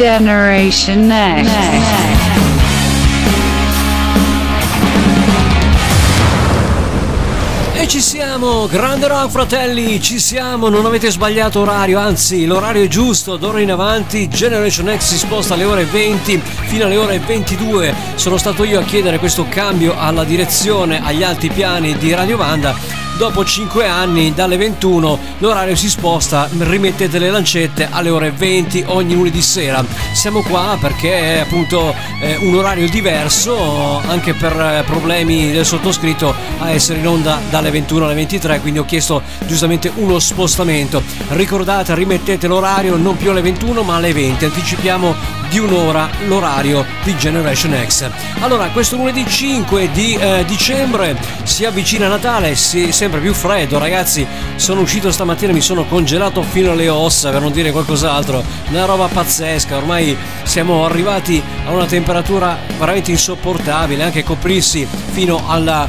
Generation Next. E ci siamo, grande rock fratelli, ci siamo, non avete sbagliato orario, anzi l'orario è giusto, d'ora in avanti Generation X si sposta alle ore 20 fino alle ore 22, sono stato io a chiedere questo cambio alla direzione, agli alti piani di Radio Vanda. Dopo 5 anni dalle 21 l'orario si sposta, rimettete le lancette alle ore 20 ogni lunedì sera. Siamo qua perché è appunto un orario diverso anche per problemi del sottoscritto a essere in onda dalle 21 alle 23, quindi ho chiesto giustamente uno spostamento. Ricordate, rimettete l'orario non più alle 21 ma alle 20, anticipiamo di un'ora l'orario di Generation X. Allora, questo lunedì 5 di dicembre si avvicina Natale, sempre più freddo, ragazzi. Sono uscito stamattina, mi sono congelato fino alle ossa, per non dire qualcos'altro, una roba pazzesca. Ormai siamo arrivati a una temperatura veramente insopportabile, anche coprirsi fino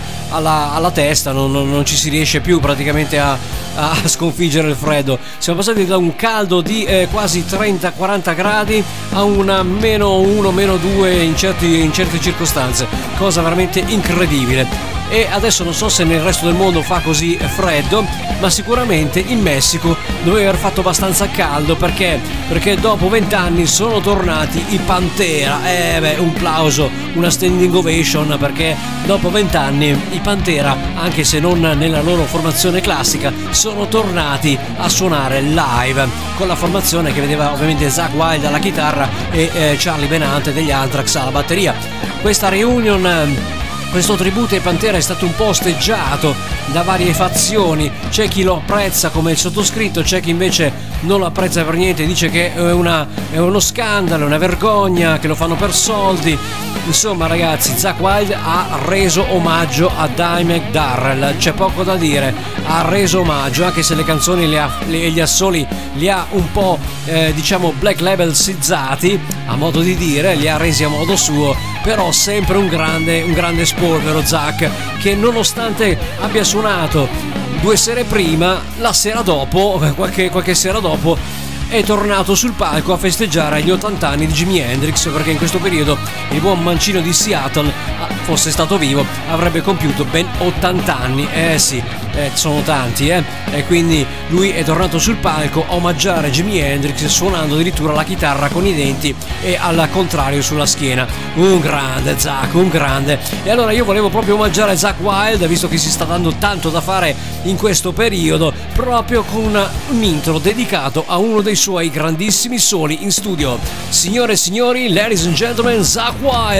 alla testa non ci si riesce più praticamente a sconfiggere il freddo. Siamo passati da un caldo di quasi 30-40 gradi a una -1, -2 in certe circostanze, cosa veramente incredibile. E adesso non so se nel resto del mondo fa così freddo, ma sicuramente in Messico dove aver fatto abbastanza caldo, perché dopo 20 anni sono tornati i Pantera. Un plauso, una standing ovation, perché dopo 20 anni i Pantera, anche se non nella loro formazione classica, sono tornati a suonare live con la formazione che vedeva ovviamente Zakk Wylde alla chitarra e Charlie Benante degli Anthrax alla batteria. Questa reunion, questo tributo ai Pantera è stato un po' osteggiato da varie fazioni. C'è chi lo apprezza come il sottoscritto, c'è chi invece non lo apprezza per niente, dice che è uno scandalo, è una vergogna, che lo fanno per soldi. Insomma ragazzi, Zakk Wylde ha reso omaggio a Dimebag Darrell, c'è poco da dire, ha reso omaggio, anche se le canzoni e gli assoli li ha un po' diciamo black labelsizzati, a modo di dire, li ha resi a modo suo, però sempre un grande spolvero Zakk, che nonostante abbia suonato 2 sere prima, la sera dopo, qualche sera dopo, è tornato sul palco a festeggiare gli 80 anni di Jimi Hendrix, perché in questo periodo il buon mancino di Seattle, fosse stato vivo, avrebbe compiuto ben 80 anni. Sì, sono tanti, e quindi lui è tornato sul palco a omaggiare Jimi Hendrix, suonando addirittura la chitarra con i denti e al contrario sulla schiena. Un grande Zakk, un grande. E allora io volevo proprio omaggiare Zakk Wylde, visto che si sta dando tanto da fare in questo periodo, proprio con un intro dedicato a uno dei suoi grandissimi soli in studio. Signore e signori, ladies and gentlemen, Zakk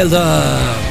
Wylde.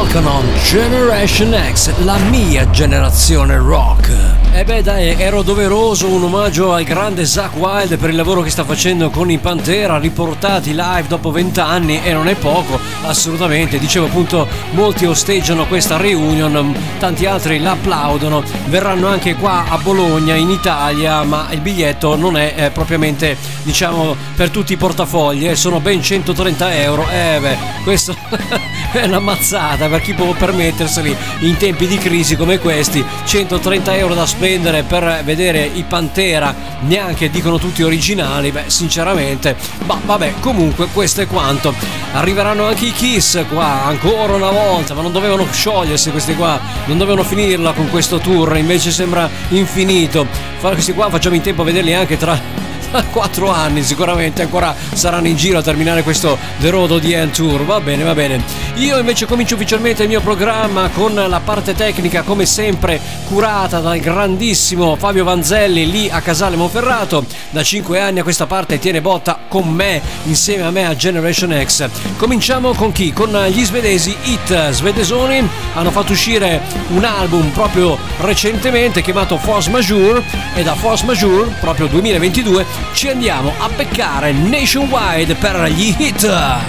Welcome on Generation X, la mia generazione rock. E beh dai, ero doveroso un omaggio al grande Zakk Wylde per il lavoro che sta facendo con i Pantera, riportati live dopo 20 anni, e non è poco, assolutamente. Dicevo appunto, molti osteggiano questa reunion, tanti altri la applaudono, verranno anche qua a Bologna in Italia, ma il biglietto non è propriamente, diciamo, per tutti i portafogli, sono ben 130 euro. Beh, questo è una mazzata per chi può permetterseli in tempi di crisi come questi. 130 euro da spendere per vedere i Pantera, neanche dicono tutti originali. Beh, sinceramente, vabbè, comunque questo è quanto. Arriveranno anche i Kiss qua ancora una volta, ma non dovevano sciogliersi questi qua, non dovevano finirla con questo tour, invece sembra infinito. Questi qua facciamo in tempo a vederli anche tra 4 anni, sicuramente ancora saranno in giro a terminare questo The Road of the End Tour. Va bene, va bene. Io invece comincio ufficialmente il mio programma con la parte tecnica, come sempre curata dal grandissimo Fabio Vanzelli lì a Casale Monferrato. Da 5 anni a questa parte tiene botta con me, insieme a me, a Generation X. Cominciamo con chi? Con gli svedesi Hit. Svedesoni hanno fatto uscire un album proprio recentemente chiamato Force Majeure, e da Force Majeure, proprio 2022, ci andiamo a beccare Nationwide per gli Hit.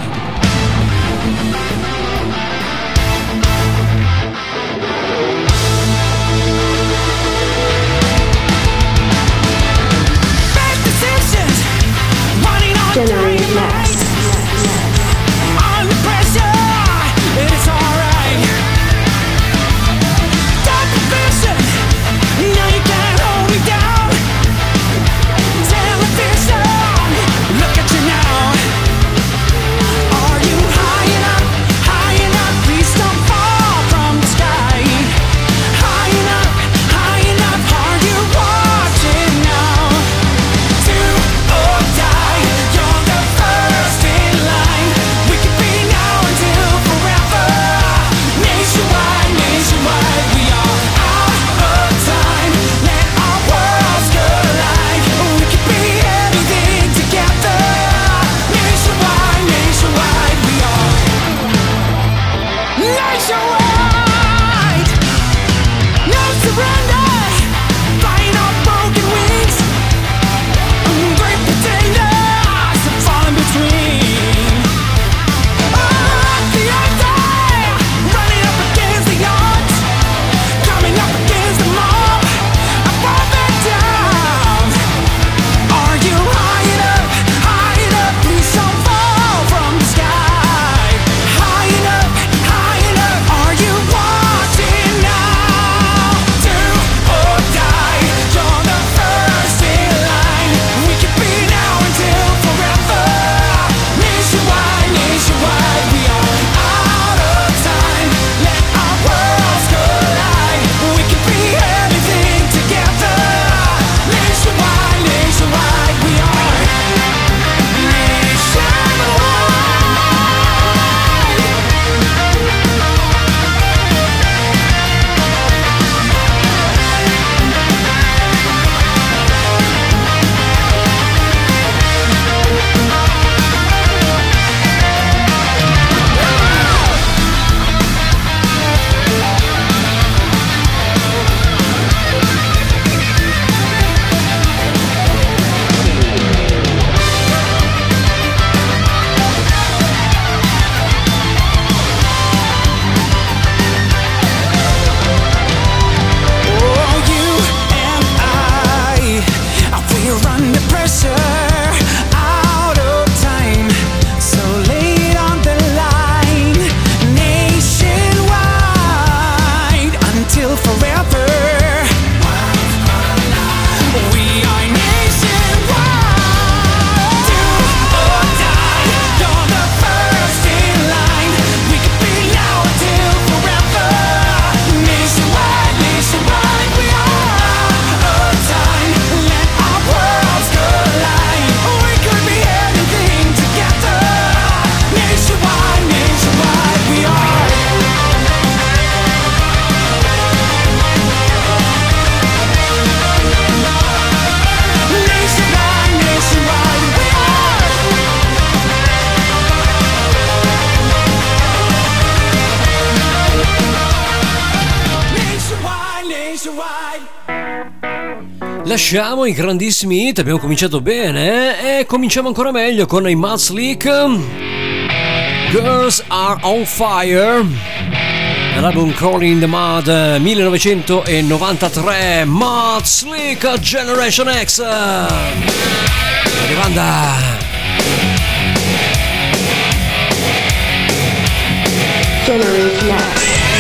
Generation X. Look at you now. Are you high enough? Lasciamo i grandissimi hit, abbiamo cominciato bene e cominciamo ancora meglio con i Mud Slick. Girls Are On Fire, l'album Crawling in the Mud 1993. Mud Slick Generation X. Arrivanda. Generation X.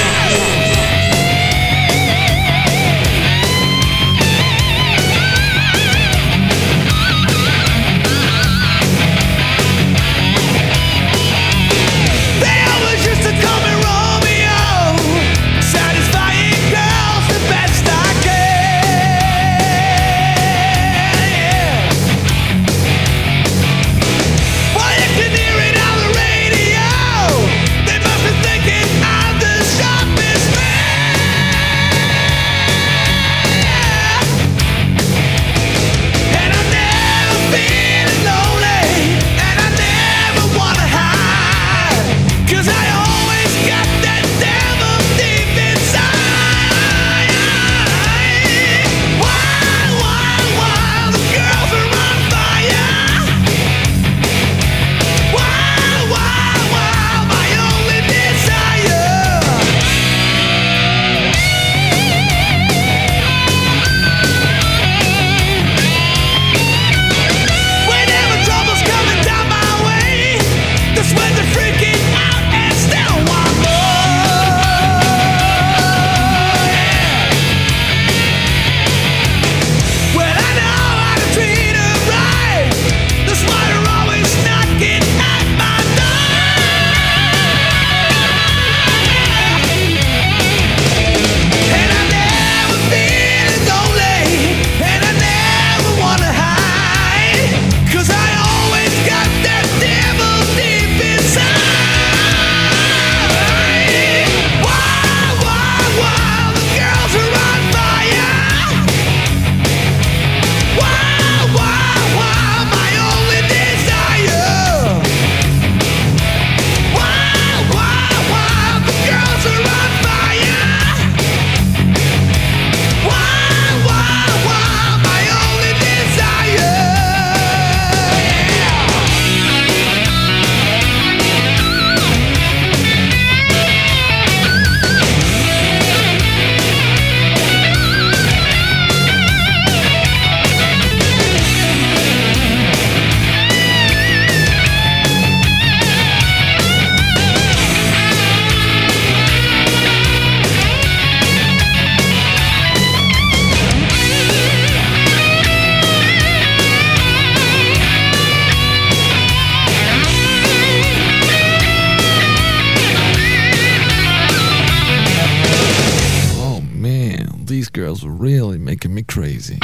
Really making me crazy.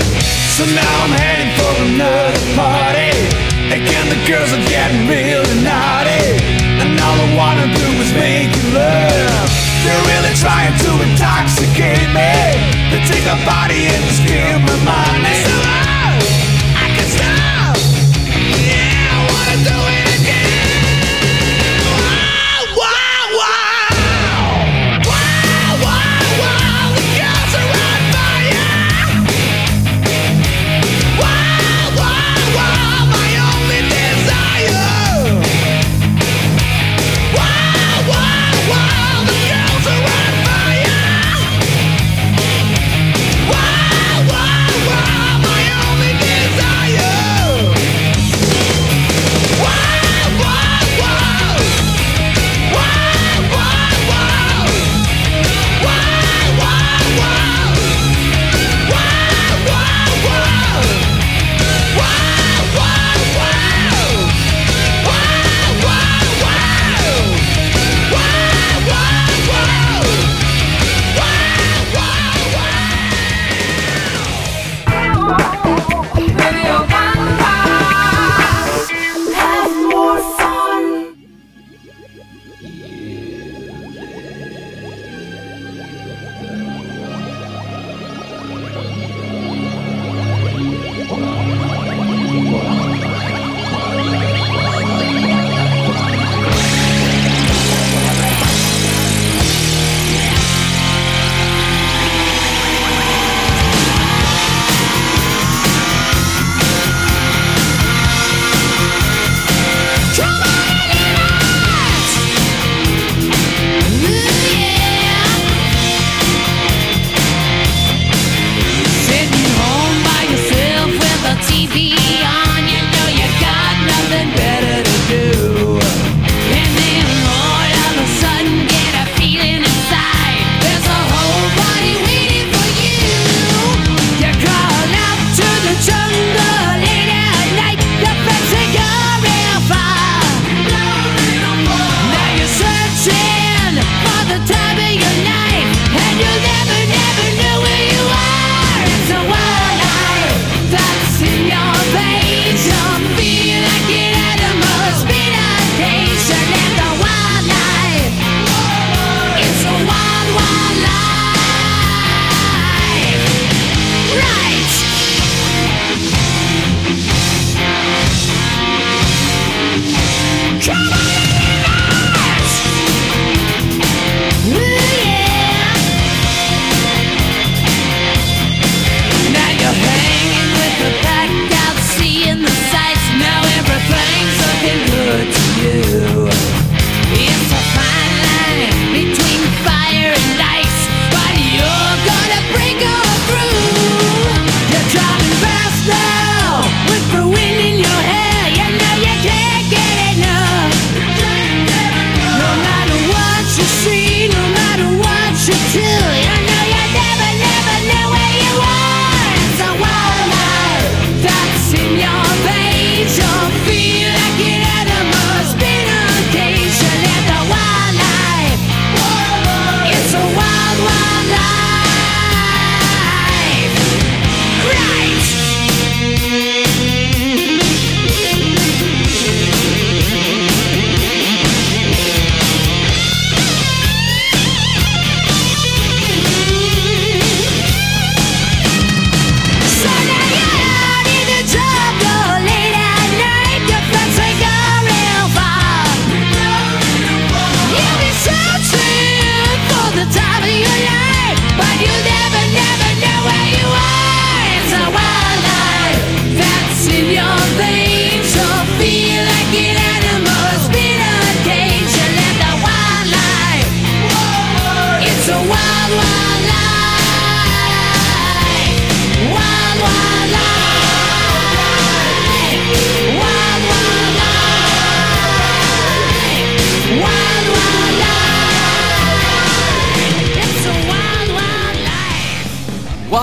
So now I'm heading for another party. Again the girls are getting really naughty, and all I wanna do is make you love. They're really trying to intoxicate me. They take my body and steal my mind. It's so hard, I can't stop. Yeah, I wanna do it again. Wow, wow, wow. Wow, wow, wow. The girls are on fire. Wow, wow, wow. My only desire. Wow, wow, wow. The girls are on fire. Wow, wow,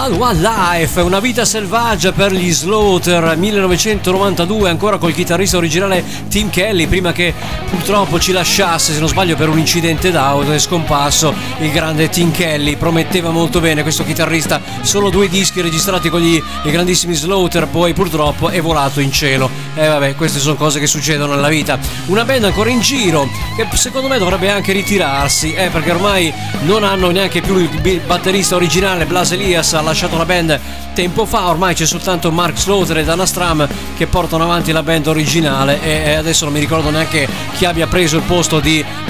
Wild Wild Life, una vita selvaggia per gli Slaughter, 1992, ancora col chitarrista originale Tim Kelly, prima che purtroppo ci lasciasse, se non sbaglio per un incidente d'auto, è scomparso il grande Tim Kelly. Prometteva molto bene questo chitarrista, solo 2 dischi registrati con i grandissimi Slaughter, poi purtroppo è volato in cielo. E vabbè, queste sono cose che succedono nella vita. Una band ancora in giro, che secondo me dovrebbe anche ritirarsi, perché ormai non hanno neanche più il batterista originale. Blas Elias ha lasciato la band tempo fa, ormai c'è soltanto Mark Slaughter e Dana Strum che portano avanti la band originale, e adesso non mi ricordo neanche chi abbia preso il posto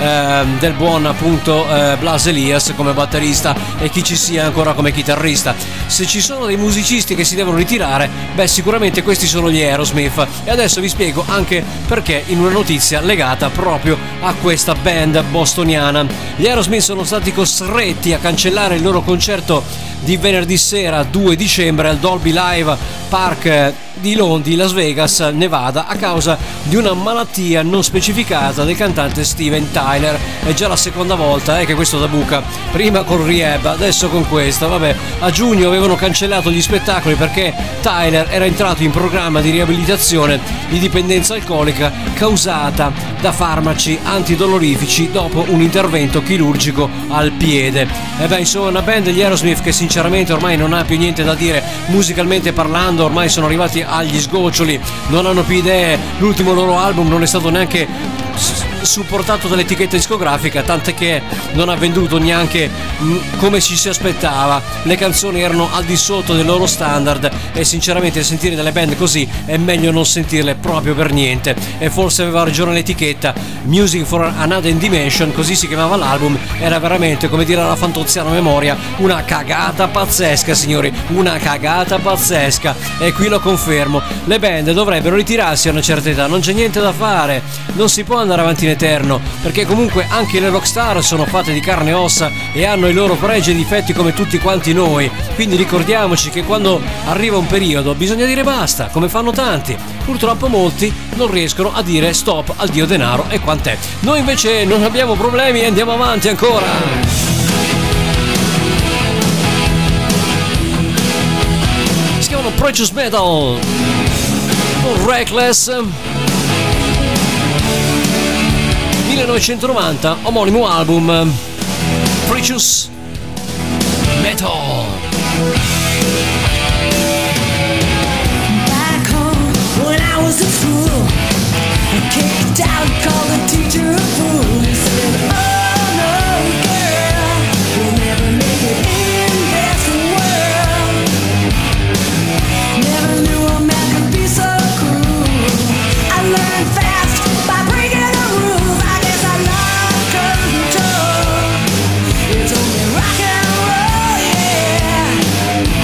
del buon appunto Blas Elias come batterista e chi ci sia ancora come chitarrista. Se ci sono dei musicisti che si devono ritirare, beh, sicuramente questi sono gli Aerosmith, e adesso vi spiego anche perché in una notizia legata proprio a questa band bostoniana. Gli Aerosmith sono stati costretti a cancellare il loro concerto di venerdì sera 2 dicembre al Dolby Live Park di Las Vegas, Nevada, a causa di una malattia non specificata del cantante Steven Tyler. È già la seconda volta che questo da buca, prima con Rehab, adesso con questa. Vabbè, a giugno avevano cancellato gli spettacoli perché Tyler era entrato in programma di riabilitazione di dipendenza alcolica causata da farmaci antidolorifici dopo un intervento chirurgico al piede. E beh, insomma, una band degli Aerosmith che sinceramente ormai non ha più niente da dire musicalmente parlando, ormai sono arrivati agli sgoccioli, non hanno più idee. L'ultimo loro album non è stato neanche supportato dall'etichetta discografica, tant'è che non ha venduto neanche come ci si aspettava. Le canzoni erano al di sotto del loro standard, e sinceramente sentire delle band così è meglio non sentirle proprio per niente. E forse aveva ragione l'etichetta, Music for Another Dimension, così si chiamava l'album, era veramente, come dire alla Fantoziana memoria, una cagata pazzesca, signori, una cagata pazzesca. E qui lo confermo, le band dovrebbero ritirarsi a una certa età, non c'è niente da fare, non si può andare avanti in eterno, perché comunque anche le rockstar sono fatte di carne e ossa e hanno i loro pregi e difetti come tutti quanti noi. Quindi ricordiamoci che quando arriva un periodo bisogna dire basta, come fanno tanti. Purtroppo molti non riescono a dire stop al dio denaro e quant'è. Noi invece non abbiamo problemi e andiamo avanti ancora. Si chiamano Precious Metal, Reckless, 1990, omonimo album Precious Metal. Back home when I was in school, I kicked out, called the teacher a fool. He said, oh no girl, you'll never make it in this world. Never knew a man could be so cruel. I learned fast by breaking the rules. I guess I lost control. It's only rock and roll, yeah.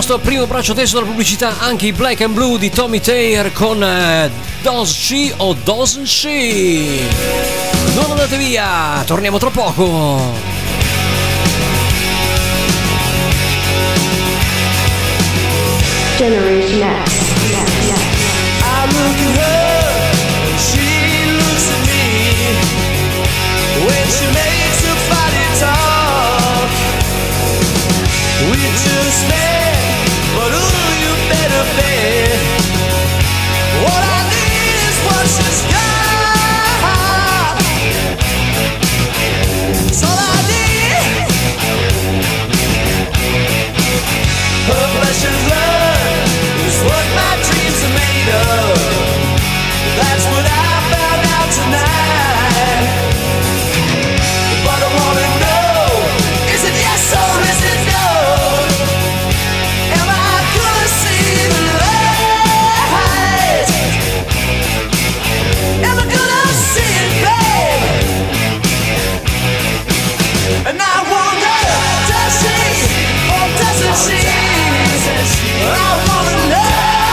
questo primo braccio testo della pubblicità anche i Black and Blue di Tommy Thayer con Does She o Doesn't She? Non andate via, torniamo tra poco. Generation X. I look at her, she looks at me. When she makes her body talk, we just met, but ooh, you better bet. What I need is what she's got. It's all I need. Her flesh and blood is what my dreams are made of. That's what I found out tonight. But I wanna know, is it yes or is it no? Am I gonna see the light? Am I gonna see it, babe? And I wonder, does she or doesn't she? I wanna know.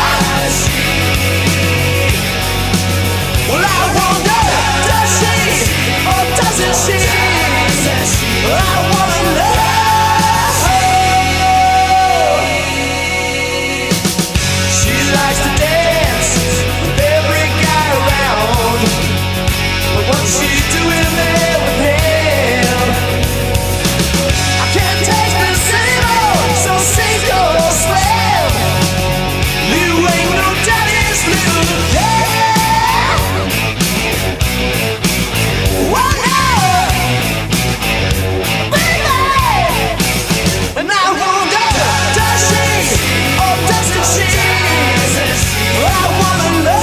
Well, I wonder, does she or doesn't she? I wanna know. She likes to dance with every guy around, but what's she doing there with him? I can't take this anymore, so sink or swim. You ain't no daddy's little girl. Whoa, no, baby. And I wonder, does she or doesn't she? I wanna know.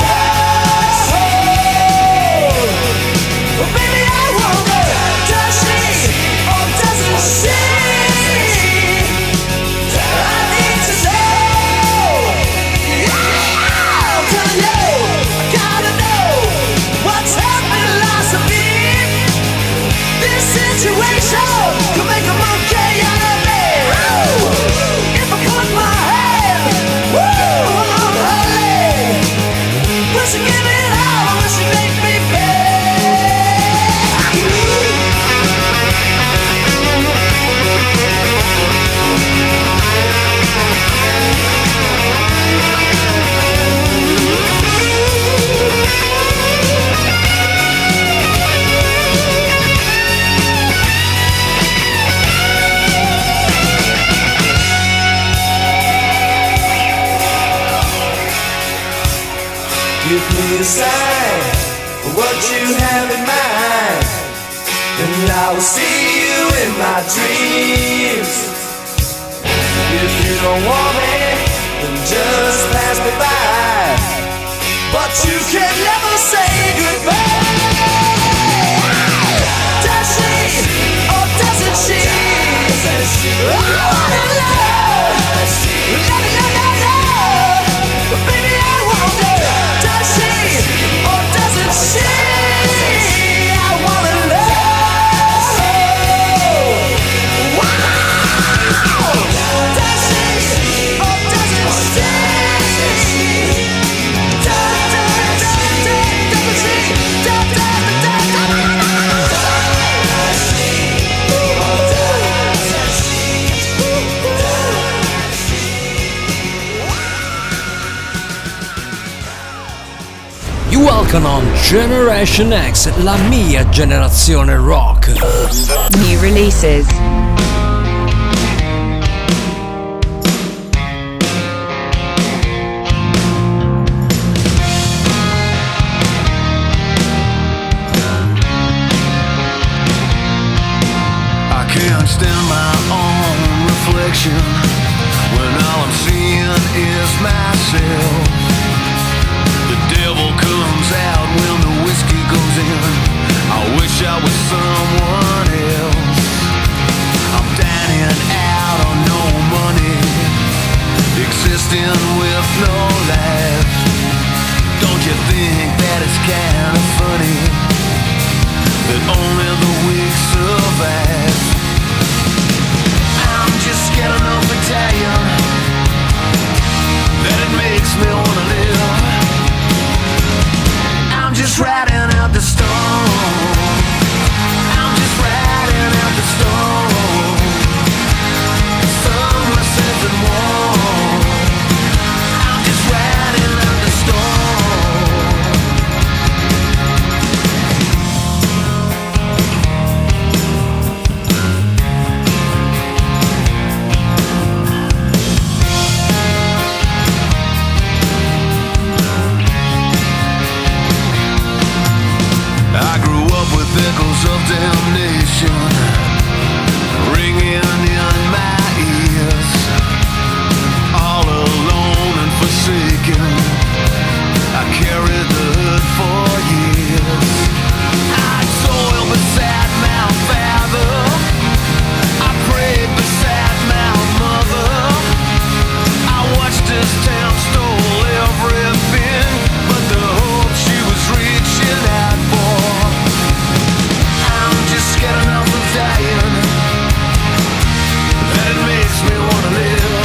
Baby, I wonder, does she or doesn't she? I need to know. I'm telling you, I gotta know what's her philosophy. This situation could make a monkey out of me. If I put my hand on her leg, will she give it all or will she make me pay? Give me a sign of what you have in mind, and I will see you in my dreams. If you don't want me, then just pass me by, but you can never say goodbye. Does she or doesn't she? I wanna know. Let me know. Baby, I wonder, does she or doesn't she? I wanna know. Wow. Does she or doesn't she? Doesn't she? Welcome on Generation X, la mia generazione rock. New releases. I can't stand my own reflection when all I'm seeing is myself. The devil comes out when the whiskey goes in. I wish I was someone else. I'm dining out on no money, existing with no life. Don't you think that it's kind of funny that only the weak survive? I'm just getting up Italian, that it makes me wanna live. I'm just riding out the storm. I'm just riding out the storm. Summer says it warm. I'm just riding out the storm. I grew up with echoes of damnation ringing in my ears. All alone and forsaken, I carried the hurt for years. I toiled beside my father, I prayed beside my mother. I watched this town stole everything but the hope she was reaching out for. I'm just scared enough of dying that it makes me wanna live.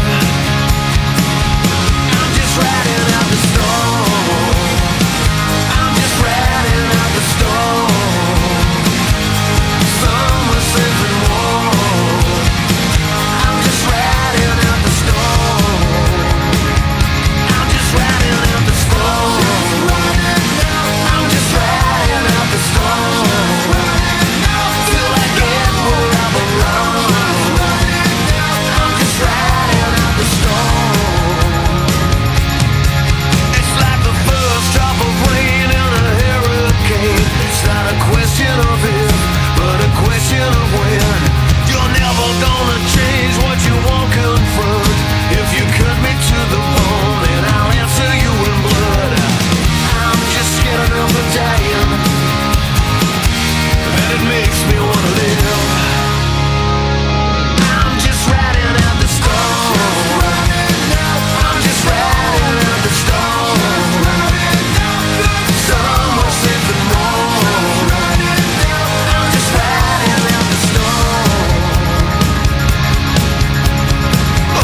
I'm just riding out the storm. I'm just riding out the storm. Summer says it warm. I'm just riding out the storm. I'm just riding out the storm. I'm just riding out the storm. Till I get where I belong. I'm just riding out the storm. It's like the first drop of rain in a hurricane. It's not a question of if, but a question of when. You're never gonna change what you won't confront. If you cut me to the bone, then I'll answer you in blood. I'm just scared enough of dying that it makes me wanna live. I'm just riding out the storm. I'm just riding out the storm. Summer says it warm. I'm just riding out the storm. Oh,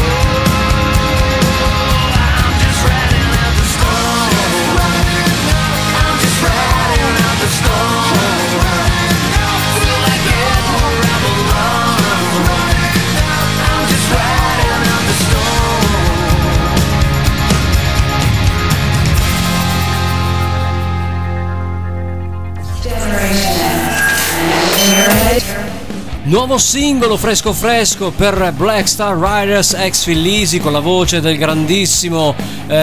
I'm just riding out the storm. I'm just riding out the storm. Till I get where I belong. I'm just riding out the storm. Nuovo singolo fresco fresco per Black Star Riders ex Fillisi, con la voce del grandissimo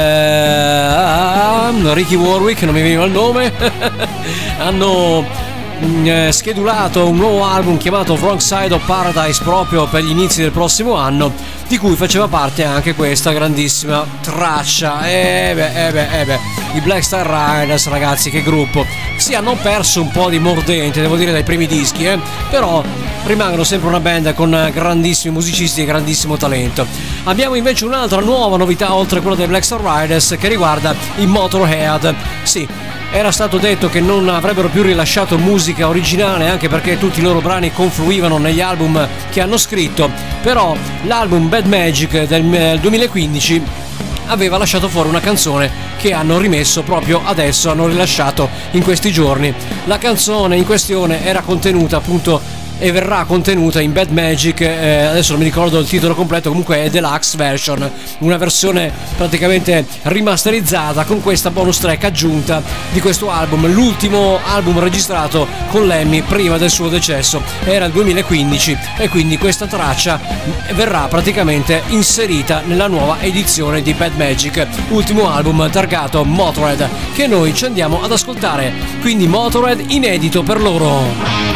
Ricky Warwick, non mi veniva il nome. Hanno schedulato un nuovo album chiamato Wrong Side of Paradise proprio per gli inizi del prossimo anno, di cui faceva parte anche questa grandissima traccia. I Black Star Riders, ragazzi, che gruppo! Si hanno perso un po' di mordente, devo dire, dai primi dischi, però rimangono sempre una band con grandissimi musicisti e grandissimo talento. Abbiamo invece un'altra nuova novità oltre a quella dei Black Star Riders, che riguarda i Motorhead. Sì, era stato detto che non avrebbero più rilasciato musica originale, anche perché tutti i loro brani confluivano negli album che hanno scritto, però l'album Bad Magic del 2015 aveva lasciato fuori una canzone che hanno rimesso proprio adesso, hanno rilasciato in questi giorni. La canzone in questione era contenuta appunto e verrà contenuta in Bad Magic, adesso non mi ricordo il titolo completo, comunque è Deluxe Version, una versione praticamente rimasterizzata con questa bonus track aggiunta di questo album, l'ultimo album registrato con Lemmy prima del suo decesso, era il 2015, e quindi questa traccia verrà praticamente inserita nella nuova edizione di Bad Magic, ultimo album targato Motorhead, che noi ci andiamo ad ascoltare, quindi Motorhead inedito per loro.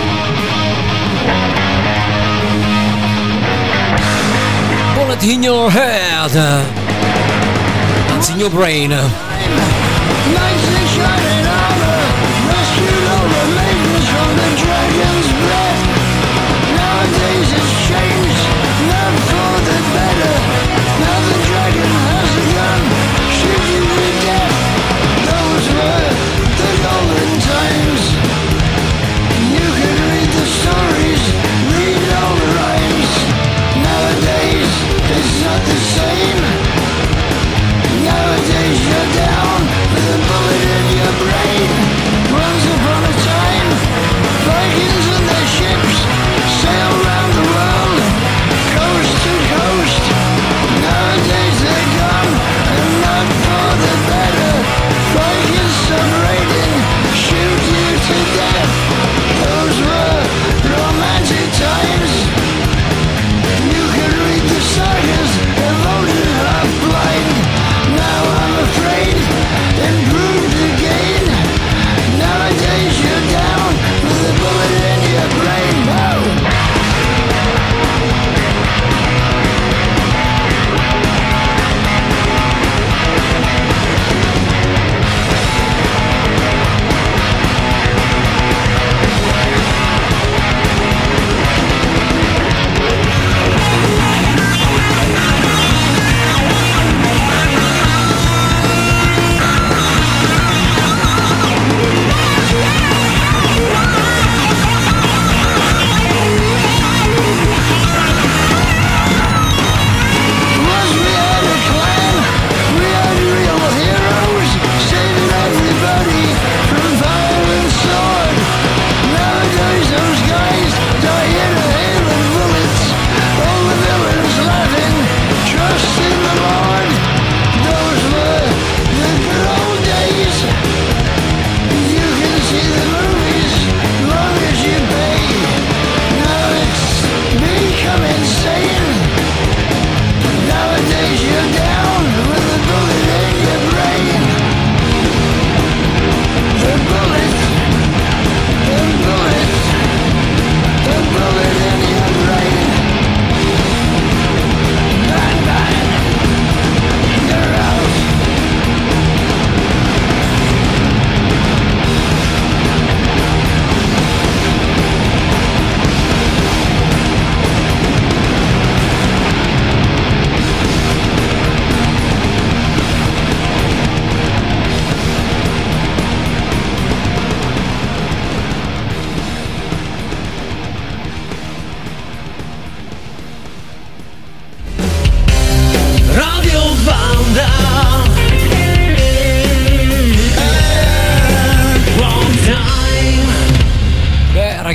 Bullet in your head, anzi in your brain. Nicely shining armor, rescued all the maidens from the dragon's breath. Nowadays it's changed, not for the better. Now the dragon has a gun, shoot you to death. Those were the golden times. You can read the stories, read all the rhymes. Nowadays it's not the same.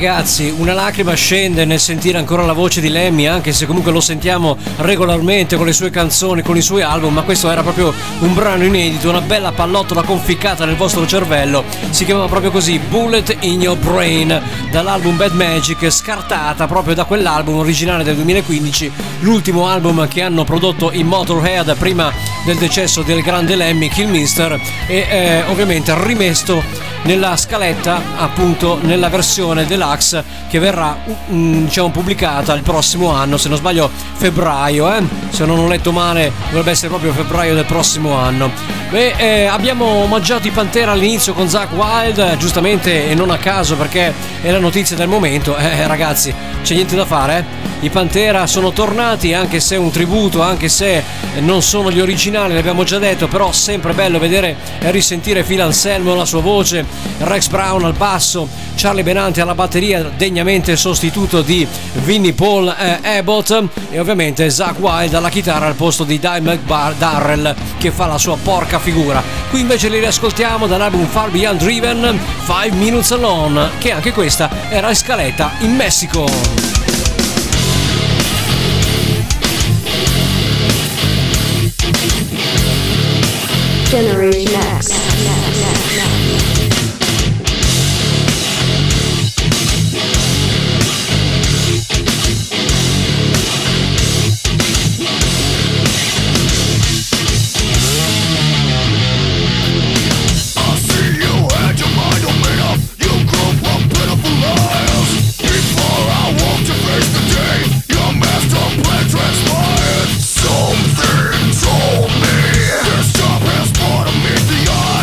ragazzi, una lacrima scende nel sentire ancora la voce di Lemmy, anche se comunque lo sentiamo regolarmente con le sue canzoni, con i suoi album, ma questo era proprio un brano inedito, una bella pallottola conficcata nel vostro cervello. Si chiamava proprio così, Bullet in Your Brain, dall'album Bad Magic, scartata proprio da quell'album originale del 2015, l'ultimo album che hanno prodotto i Motorhead prima del decesso del grande Lemmy Kilmister, e ovviamente rimesso nella scaletta, appunto nella versione deluxe che verrà diciamo pubblicata il prossimo anno, se non sbaglio febbraio, se non ho letto male dovrebbe essere proprio febbraio del prossimo anno. Abbiamo omaggiato i Pantera all'inizio con Zakk Wylde, giustamente e non a caso, perché è la notizia del momento. Ragazzi, c'è niente da fare, i Pantera sono tornati, anche se è un tributo, anche se non sono gli originali, l'abbiamo già detto, però sempre bello vedere e risentire Phil Anselmo, la sua voce, Rex Brown al basso, Charlie Benante alla batteria, degnamente sostituto di Vinnie Paul Abbott, e ovviamente Zakk Wylde alla chitarra al posto di Dimebag Darrell, che fa la sua porca figura. Qui invece li riascoltiamo dall'album Far Beyond Driven, 5 Minutes Alone, che anche questa era in scaletta in Messico. Generation X. Something told me this time has brought me the eye.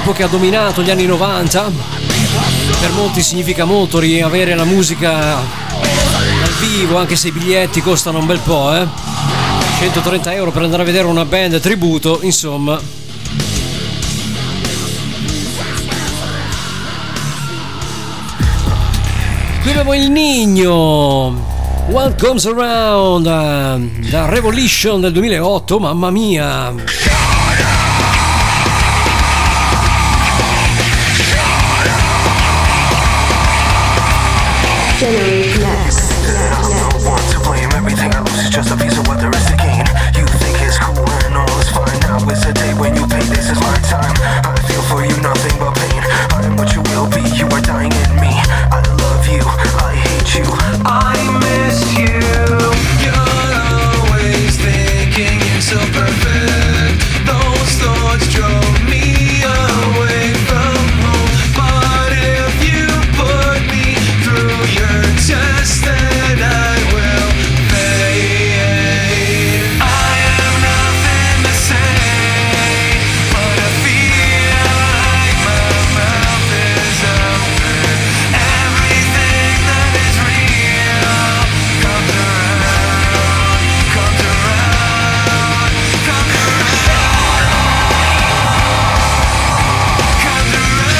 gruppo che ha dominato gli anni 90. Per molti significa molto riavere la musica dal vivo, anche se i biglietti costano un bel po', 130 euro per andare a vedere una band tributo, insomma. Qui abbiamo il Nino, What Comes Around, da Revolution del 2008, mamma mia. Generation X. I'm the one to blame. Everything I lose is just a piece of what there is to gain. You think it's cool and all is fine. Now is the day when you pay. This is my time. I feel for you nothing but pain. I am what you will be. You are dying in me. I love you. I hate you. I miss you. You're always thinking you're so perfect. Those thoughts drove me away from home. But if you put me through your test, then I will fade. I have nothing to say, but I feel like my mouth is open. Everything that is real comes around, comes around, comes around, comes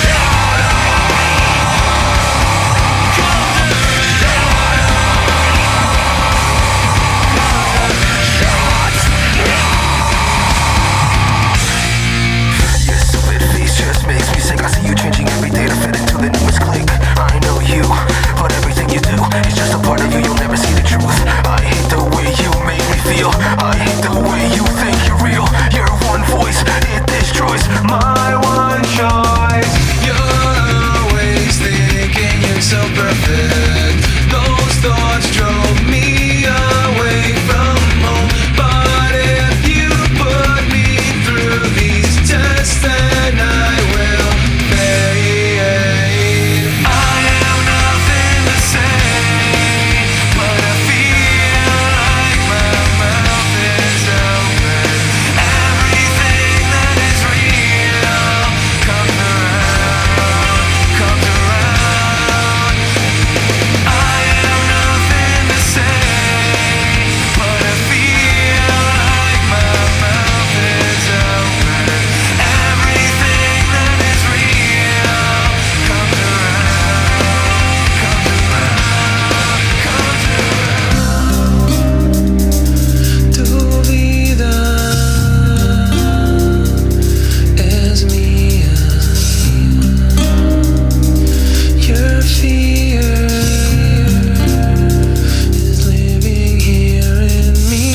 Your stupid face just makes me sick. I see you changing every day to fit into the newest clique. I know you, but everything you do is just a part of you. You'll never see the truth. I hate the way you make me feel. I hate the way you think you're real. Your one voice, it destroys my one choice. You're always thinking you're so perfect. Those thoughts drove me away from home. But if you put me through these tests, then I will fade. I have nothing to say, but I feel like my mouth is open. Everything that is real comes around, comes around. I have nothing to say, but I feel like my mouth is open. Everything that is real comes around, comes around, comes around. Tu vida es mía. Your fear is living here in me.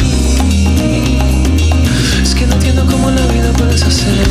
Es que no entiendo cómo la vida puedes hacer.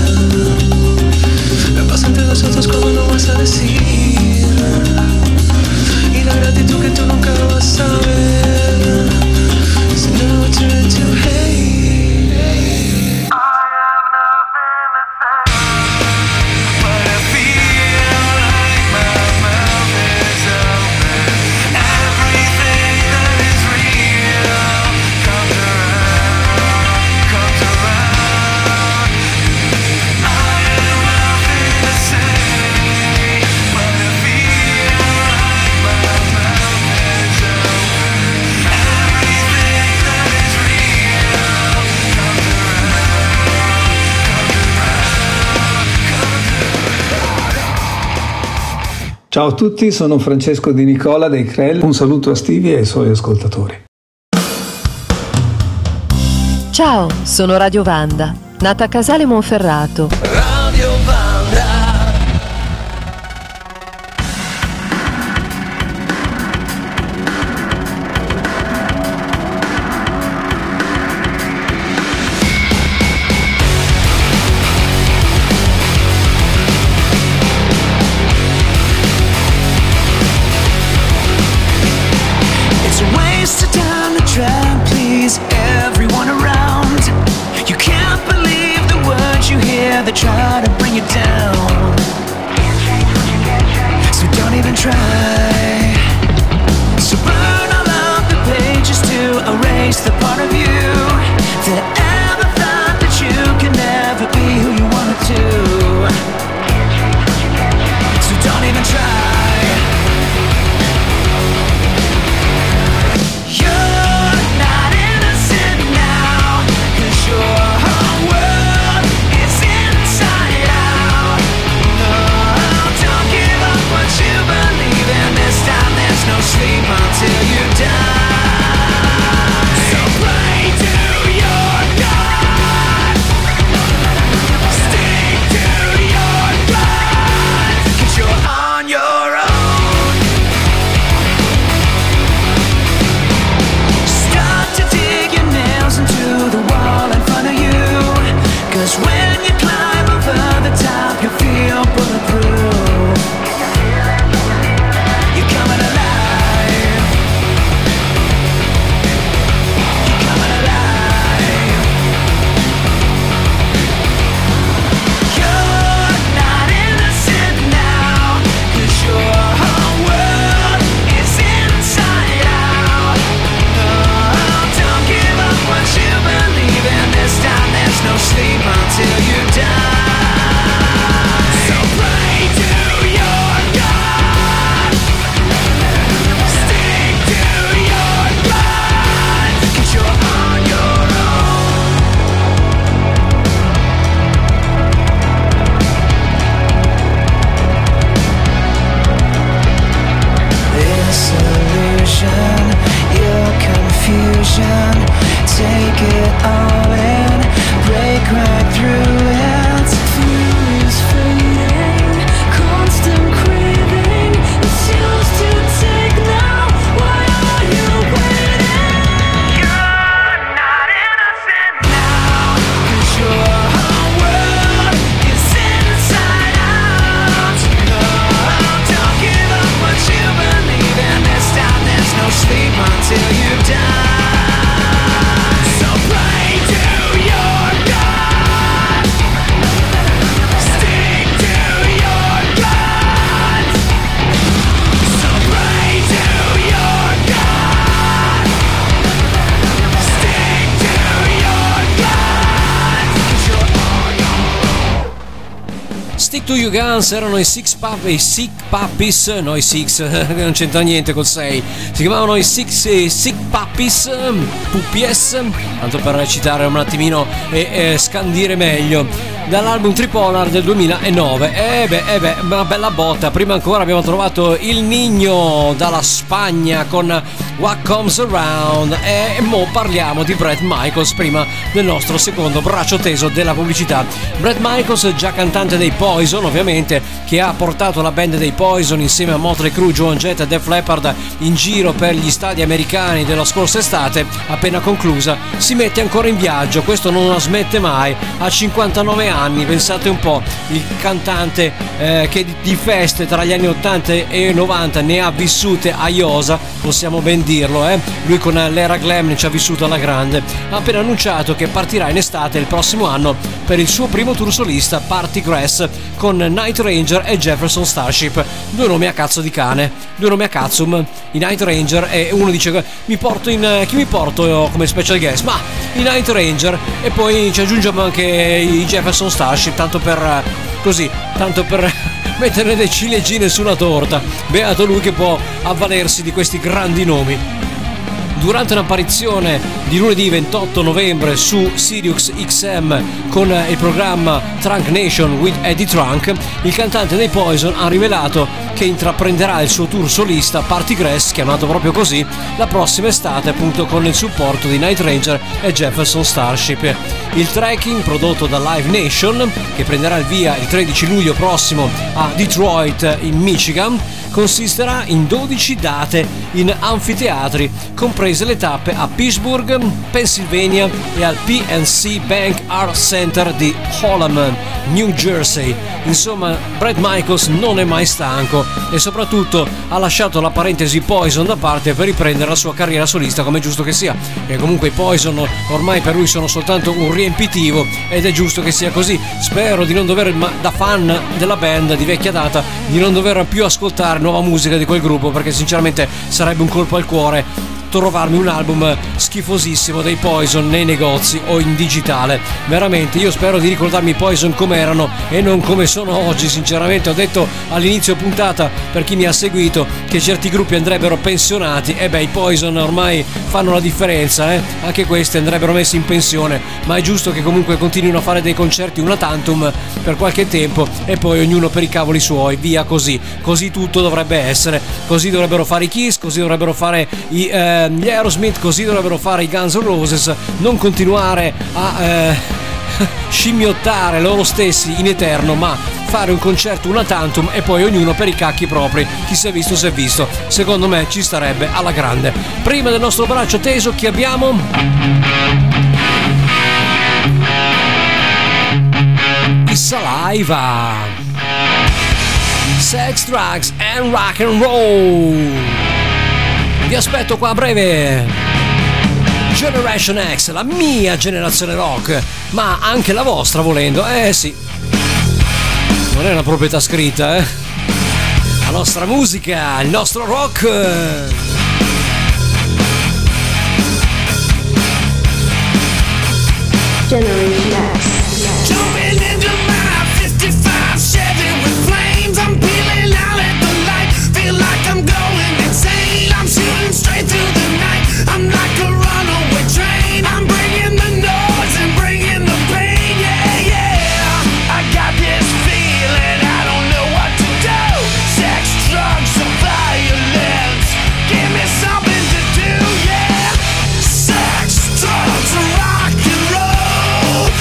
Me pasa entre nosotros como no vas a decir. Y la gratitud que tú nunca vas a ver. So now I turn to hate. I have nothing to say, but I feel like my mouth is open. Everything that is real comes around, comes around. I have nothing to say, but I feel like my mouth is open. Everything that is real comes around. Ciao a tutti, sono Francesco Di Nicola dei Krell. Un saluto a Stevie e ai suoi ascoltatori. Ciao, sono Radio Vanda, nata a Casale Monferrato. Radio Vanda. It's a waste of time to try and please everyone around. You can't believe the words you hear that try to bring you down. So don't even try. So burn all of the pages to erase the part of you that ever thought that you can never be who you wanted to. Stick to Your Guns erano i Sick Puppies, no i Six, non c'entra niente col 6, si chiamavano i Sick Puppies, tanto per recitare un attimino e scandire meglio, dall'album Tripolar del 2009. Una bella botta. Prima ancora abbiamo trovato il Nino dalla Spagna con What Comes Around, e mo parliamo di Bret Michaels prima del nostro secondo braccio teso della pubblicità. Bret Michaels, già cantante dei Poison ovviamente, che ha portato la band dei Poison insieme a Motley Crue, Joan Jett e Def Leppard in giro per gli stadi americani della scorsa estate appena conclusa, si mette ancora in viaggio. Questo non la smette mai, ha 59 anni, pensate un po', il cantante che di feste tra gli anni 80 e 90 ne ha vissute a iosa, possiamo ben dirlo, lui con l'era glam ci ha vissuto alla grande. Ha appena annunciato che partirà in estate il prossimo anno per il suo primo tour solista, Partygrass, con Night Ranger e Jefferson Starship, due nomi a cazzo di cane, due nomi a cazzum. I Night Ranger, e uno dice chi mi porto come special guest, ma i Night Ranger, e poi ci aggiungiamo anche i Jefferson Starship, tanto per mettere le ciliegine sulla torta. Beato lui che può avvalersi di questi grandi nomi. Durante un'apparizione di lunedì 28 novembre su Sirius XM con il programma Trunk Nation with Eddie Trunk, il cantante dei Poison ha rivelato che intraprenderà il suo tour solista Partygrass, chiamato proprio così, la prossima estate, appunto con il supporto di Night Ranger e Jefferson Starship. Il trekking, prodotto da Live Nation, che prenderà il via il 13 luglio prossimo a Detroit in Michigan, consisterà in 12 date in anfiteatri, comprese le tappe a Pittsburgh, Pennsylvania e al PNC Bank Art Center di Holland, New Jersey. Insomma, Bret Michaels non è mai stanco e soprattutto ha lasciato la parentesi Poison da parte per riprendere la sua carriera solista, come è giusto che sia, e comunque i Poison ormai per lui sono soltanto un riempitivo ed è giusto che sia così. Spero di non dover, da fan della band di vecchia data, di non dover più ascoltare nuova musica di quel gruppo, perché sinceramente sarebbe un colpo al cuore trovarmi un album schifosissimo dei Poison nei negozi o in digitale. Veramente io spero di ricordarmi i Poison come erano e non come sono oggi. Sinceramente ho detto all'inizio puntata, per chi mi ha seguito, che certi gruppi andrebbero pensionati, e i Poison ormai fanno la differenza, anche questi andrebbero messi in pensione, ma è giusto che comunque continuino a fare dei concerti una tantum per qualche tempo e poi ognuno per i cavoli suoi, via così tutto dovrebbe essere, così dovrebbero fare i Kiss, così dovrebbero fare gli Aerosmith, così dovrebbero fare i Guns N' Roses, non continuare a scimmiottare loro stessi in eterno, ma fare un concerto una tantum e poi ognuno per i cacchi propri. Chi si è visto si è visto, secondo me ci starebbe alla grande. Prima del nostro braccio teso chi abbiamo? I Saliva, Sex, Drugs and Rock and Roll. Vi aspetto qua a breve. Generation X, la mia generazione rock, ma anche la vostra volendo, sì. Non è una proprietà scritta, La nostra musica, il nostro rock. Generation X. Jumping into my 55 Chevy with flames. I'm peeling out at the light. Feel like I'm going insane. I'm shooting straight through the night. I'm like a runaway train. I'm bringing the noise and bringing the pain. Yeah, yeah. I got this feeling I don't know what to do. Sex, drugs, or violence. Give me something to do, yeah. Sex, drugs, rock and roll.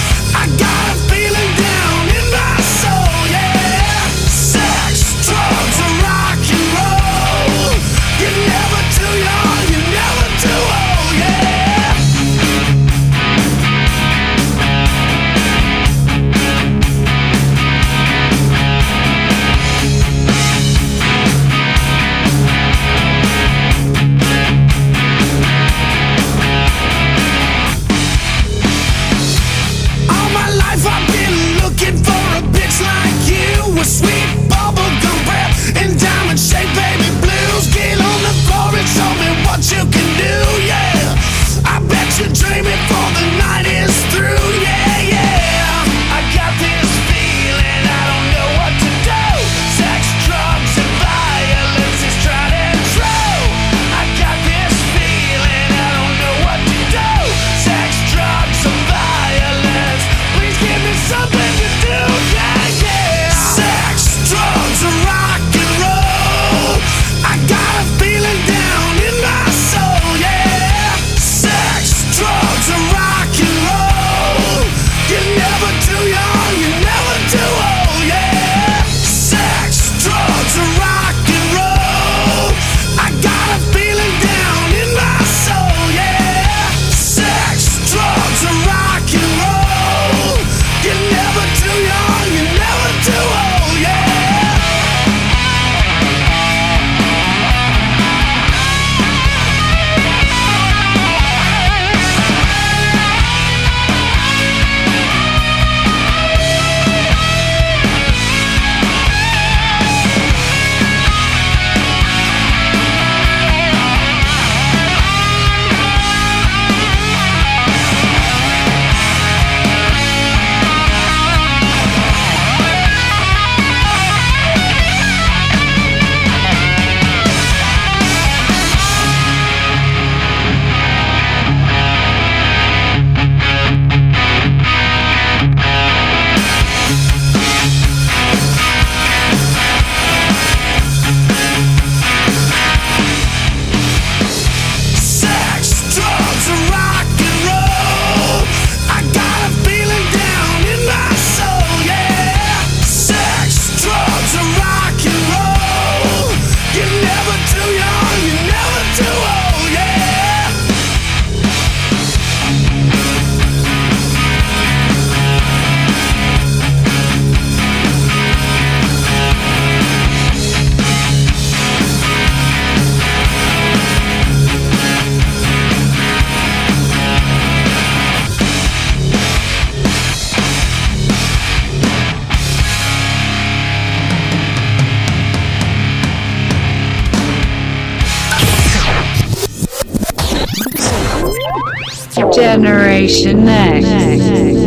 Generation Next.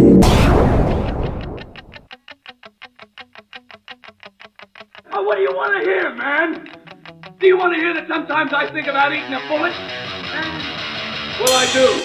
Oh, what do you want to hear, man? Do you want to hear that sometimes I think about eating a bullet? Well, I do.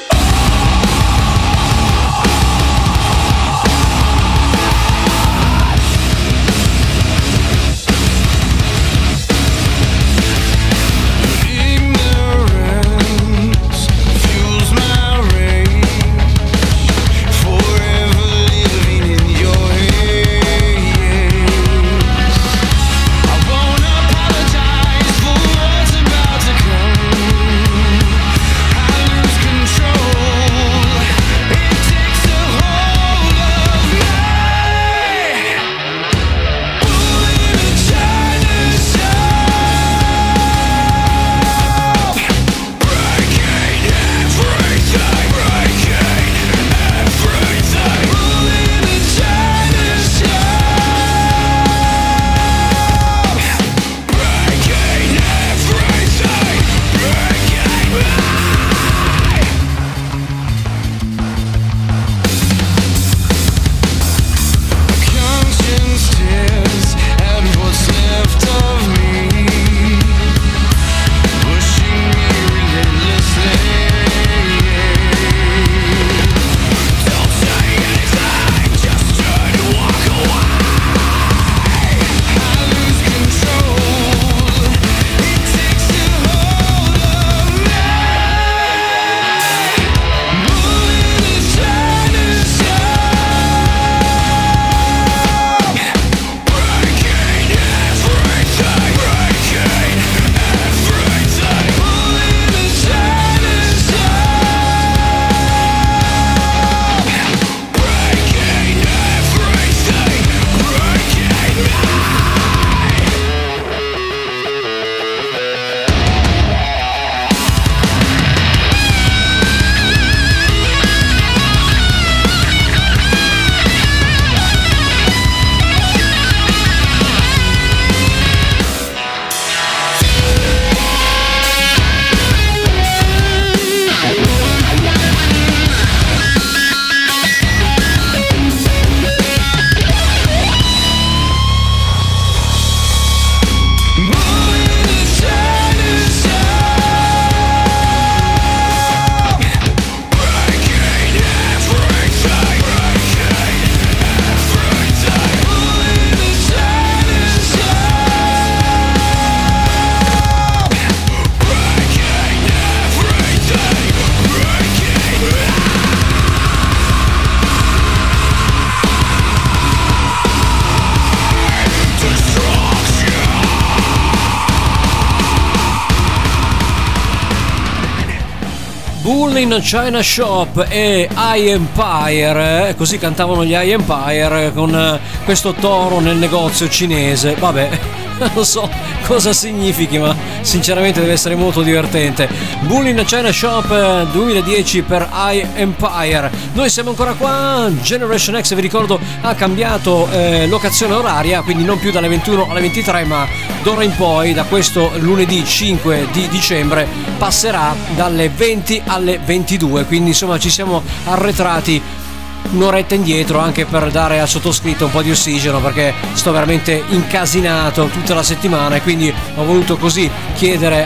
Bull in China Shop e I Empire, così cantavano gli I Empire con questo toro nel negozio cinese. Vabbè, non so cosa significhi, ma sinceramente deve essere molto divertente. Bull in China Shop 2010 per I Empire. Noi siamo ancora qua. Generation X, vi ricordo, ha cambiato locazione oraria, quindi non più dalle 21 alle 23, ma d'ora in poi, da questo lunedì 5 di dicembre, passerà dalle 20 alle 22, quindi insomma ci siamo arretrati un'oretta indietro anche per dare al sottoscritto un po' di ossigeno, perché sto veramente incasinato tutta la settimana e quindi ho voluto così chiedere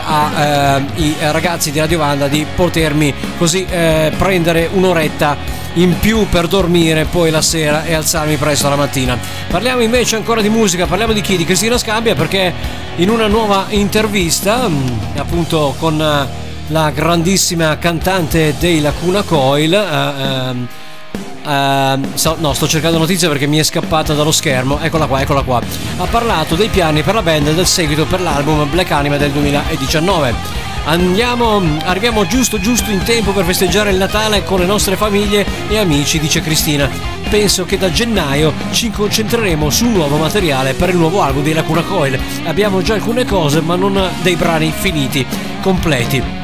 ai ragazzi di Radio Vanda di potermi così prendere un'oretta in più per dormire poi la sera e alzarmi presto la mattina. Parliamo invece ancora di musica, parliamo di chi? Di Cristina Scabbia, perché in una nuova intervista appunto con la grandissima cantante dei Lacuna Coil, sto cercando notizie perché mi è scappata dallo schermo. Eccola qua. Ha parlato dei piani per la band e del seguito per l'album Black Anima del 2019. Arriviamo giusto in tempo per festeggiare il Natale con le nostre famiglie e amici, dice Cristina. Penso che da gennaio ci concentreremo su un nuovo materiale per il nuovo album dei Lacuna Coil. Abbiamo già alcune cose, ma non dei brani finiti, completi.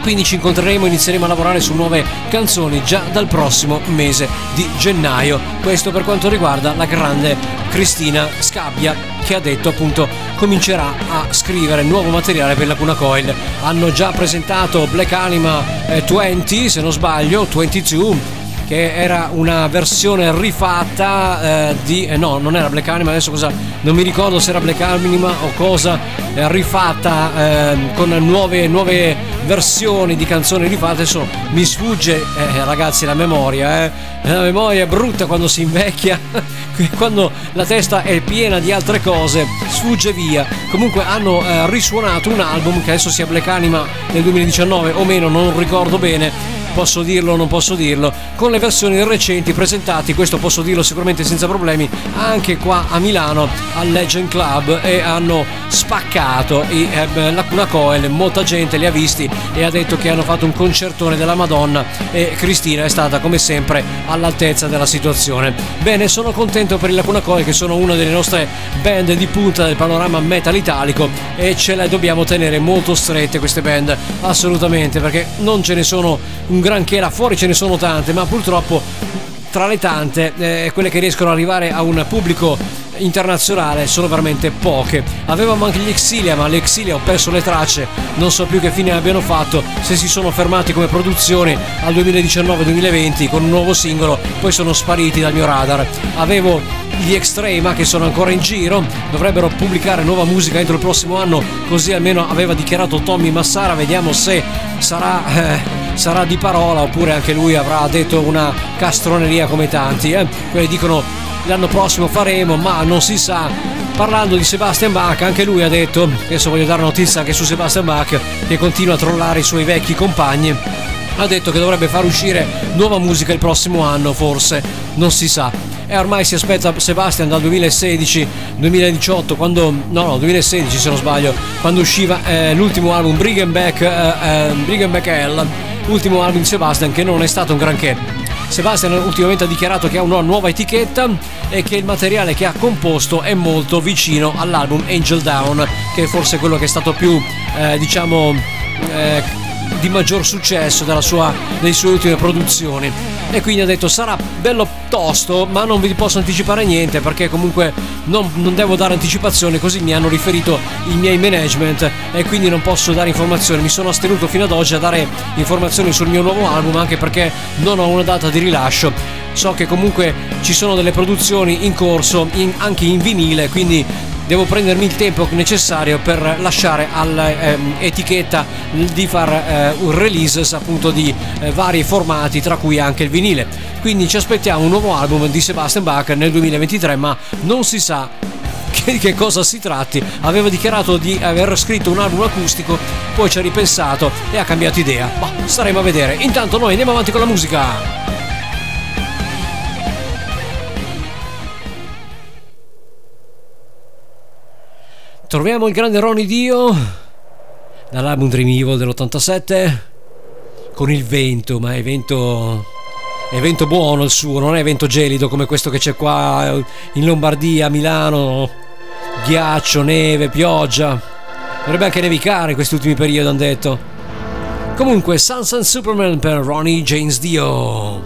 quindi ci incontreremo e inizieremo a lavorare su nuove canzoni già dal prossimo mese di gennaio. Questo per quanto riguarda la grande Cristina Scabbia, che ha detto appunto comincerà a scrivere nuovo materiale per Lacuna Coil. Hanno già presentato Black Anima 20, se non sbaglio, 22, che era una versione rifatta no, non era Black Anima, adesso cosa, non mi ricordo se era Black Anima o cosa, rifatta con nuove versioni di canzoni rifatte. Adesso mi sfugge, ragazzi, la memoria è brutta quando si invecchia quando la testa è piena di altre cose sfugge via. Comunque hanno risuonato un album che adesso sia Black Anima nel 2019 o meno, non ricordo bene. Posso dirlo o non posso dirlo, con le versioni recenti presentati, questo posso dirlo sicuramente senza problemi, anche qua a Milano al Legend Club, e hanno spaccato Lacuna Coil. Molta gente li ha visti e ha detto che hanno fatto un concertone della Madonna, e Cristina è stata come sempre all'altezza della situazione. Bene, sono contento per i Lacuna Coil, che sono una delle nostre band di punta del panorama metal italico, e ce le dobbiamo tenere molto strette queste band, assolutamente, perché non ce ne sono un granché là fuori, ce ne sono tante, ma purtroppo tra le tante quelle che riescono ad arrivare a un pubblico internazionale sono veramente poche. Avevamo anche gli Exilia, ma gli Exilia ho perso le tracce, non so più che fine abbiano fatto, se si sono fermati come produzioni al 2019-2020 con un nuovo singolo, poi sono spariti dal mio radar. Avevo gli Extrema, che sono ancora in giro, dovrebbero pubblicare nuova musica entro il prossimo anno, così almeno aveva dichiarato Tommy Massara. Vediamo se sarà di parola oppure anche lui avrà detto una castroneria come tanti. Quelli dicono l'anno prossimo faremo, ma non si sa. Parlando di Sebastian Bach, anche lui ha detto, adesso voglio dare notizia anche su Sebastian Bach, che continua a trollare i suoi vecchi compagni, ha detto che dovrebbe far uscire nuova musica il prossimo anno, forse, non si sa. E ormai si aspetta Sebastian dal 2016-2018, quando 2016 se non sbaglio, quando usciva l'ultimo album Bring Back Hell, l'ultimo album di Sebastian, che non è stato un granché. Sebastian ultimamente ha dichiarato che ha una nuova etichetta e che il materiale che ha composto è molto vicino all'album Angel Down, che è forse quello che è stato più di maggior successo delle sue ultime produzioni. E quindi ha detto sarà bello tosto, ma non vi posso anticipare niente, perché comunque non devo dare anticipazioni, così mi hanno riferito i miei management, e quindi non posso dare informazioni. Mi sono astenuto fino ad oggi a dare informazioni sul mio nuovo album, anche perché non ho una data di rilascio. So che comunque ci sono delle produzioni in corso anche in vinile, quindi devo prendermi il tempo necessario per lasciare all'etichetta di far un release appunto di vari formati, tra cui anche il vinile. Quindi ci aspettiamo un nuovo album di Sebastian Bach nel 2023, ma non si sa che cosa si tratti. Aveva dichiarato di aver scritto un album acustico, poi ci ha ripensato e ha cambiato idea, ma staremo a vedere. Intanto noi andiamo avanti con la musica. Troviamo il grande Ronny Dio dall'album Dream Evil dell'87 con il vento, ma è vento buono il suo, non è vento gelido come questo che c'è qua in Lombardia, a Milano, ghiaccio, neve, pioggia. Dovrebbe anche nevicare in questi ultimi periodi, hanno detto. Comunque, Sons and Superman per Ronny James Dio.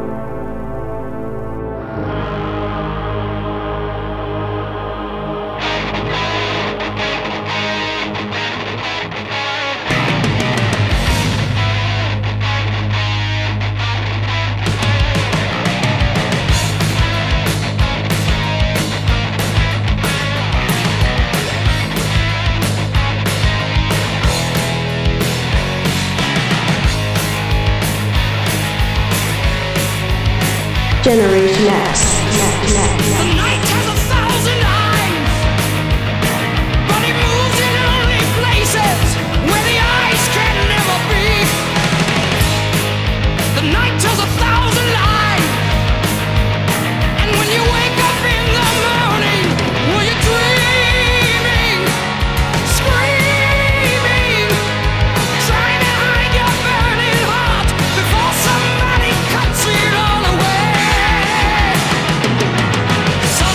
Generation X. The night has 1,000 eyes, but it moves in only places where the eyes can never be. The night has 1,000 lives, and when you wake up in the morning, well, you're dreaming, screaming, trying to hide your burning heart before somebody cuts it all away. So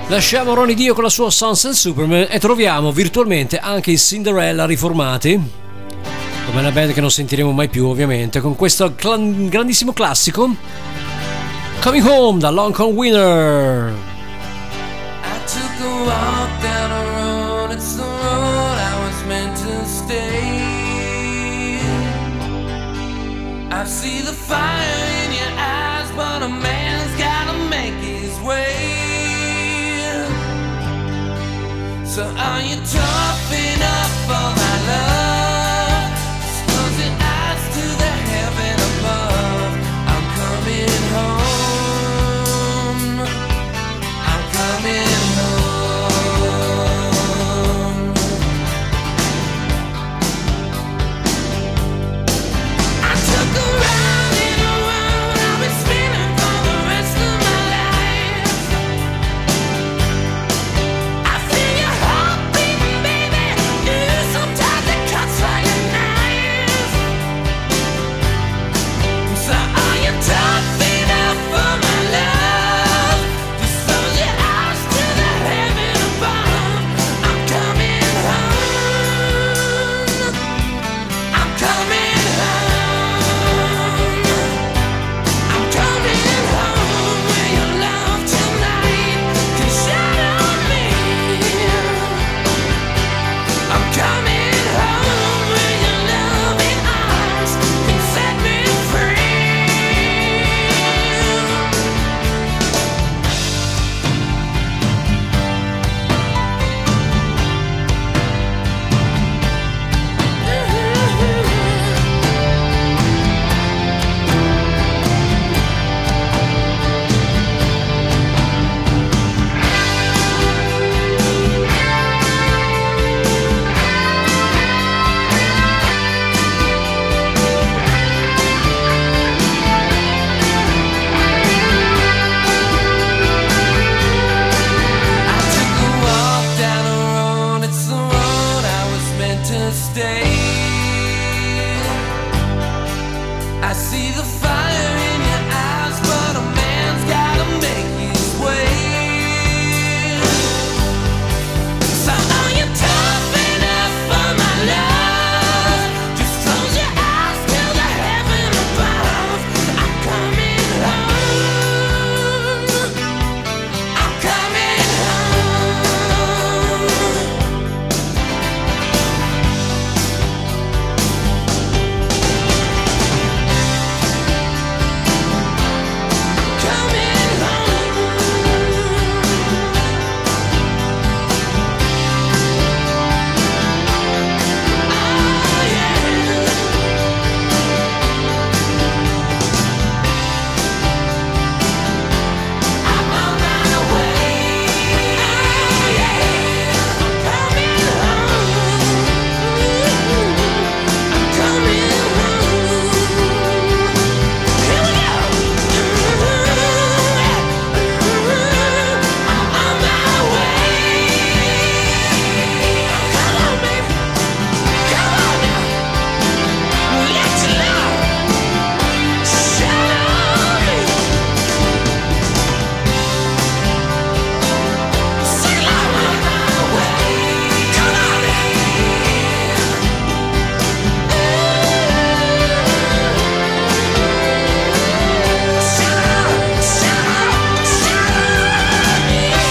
Lasciamo Ronnie Dio con la sua Sons and Superman e troviamo virtualmente anche i Cinderella riformati, come una band che non sentiremo mai più ovviamente, con questo grandissimo classico Coming Home da Long Con Winner. I took a walk down a road, it's the road I was meant to stay. I see the fire in your eyes, but a man's gotta make his way. So are you tough enough for my love? Just close your eyes to the heaven above. I'm coming home. I'm coming home. I took a ride in a road I've been spinning for the rest of my life. I feel your heart beating, baby. You sometimes it cuts like a knife. So are you tough enough for my love? Just close your eyes to the heaven above. I'm coming home. I'm coming home. I'm coming home where your love tonight can shine on me. I'm coming home where your loving arms can set me free. I took a walk down a road, it's the road I was meant to stay. I see the fire in your eyes, but a man's gotta make his way. So are you tough enough for my love? Just close your eyes till the heaven above. I'm coming home. I'm coming home. Coming home. Oh yeah. I'm on my way. Oh yeah. I'm coming home. I'm coming home. Here we go. I'm on my way. Come on, baby. Come on now. Let your love shine on me. Sing along. I'm on my way. Come on now. Shine, shine, shine.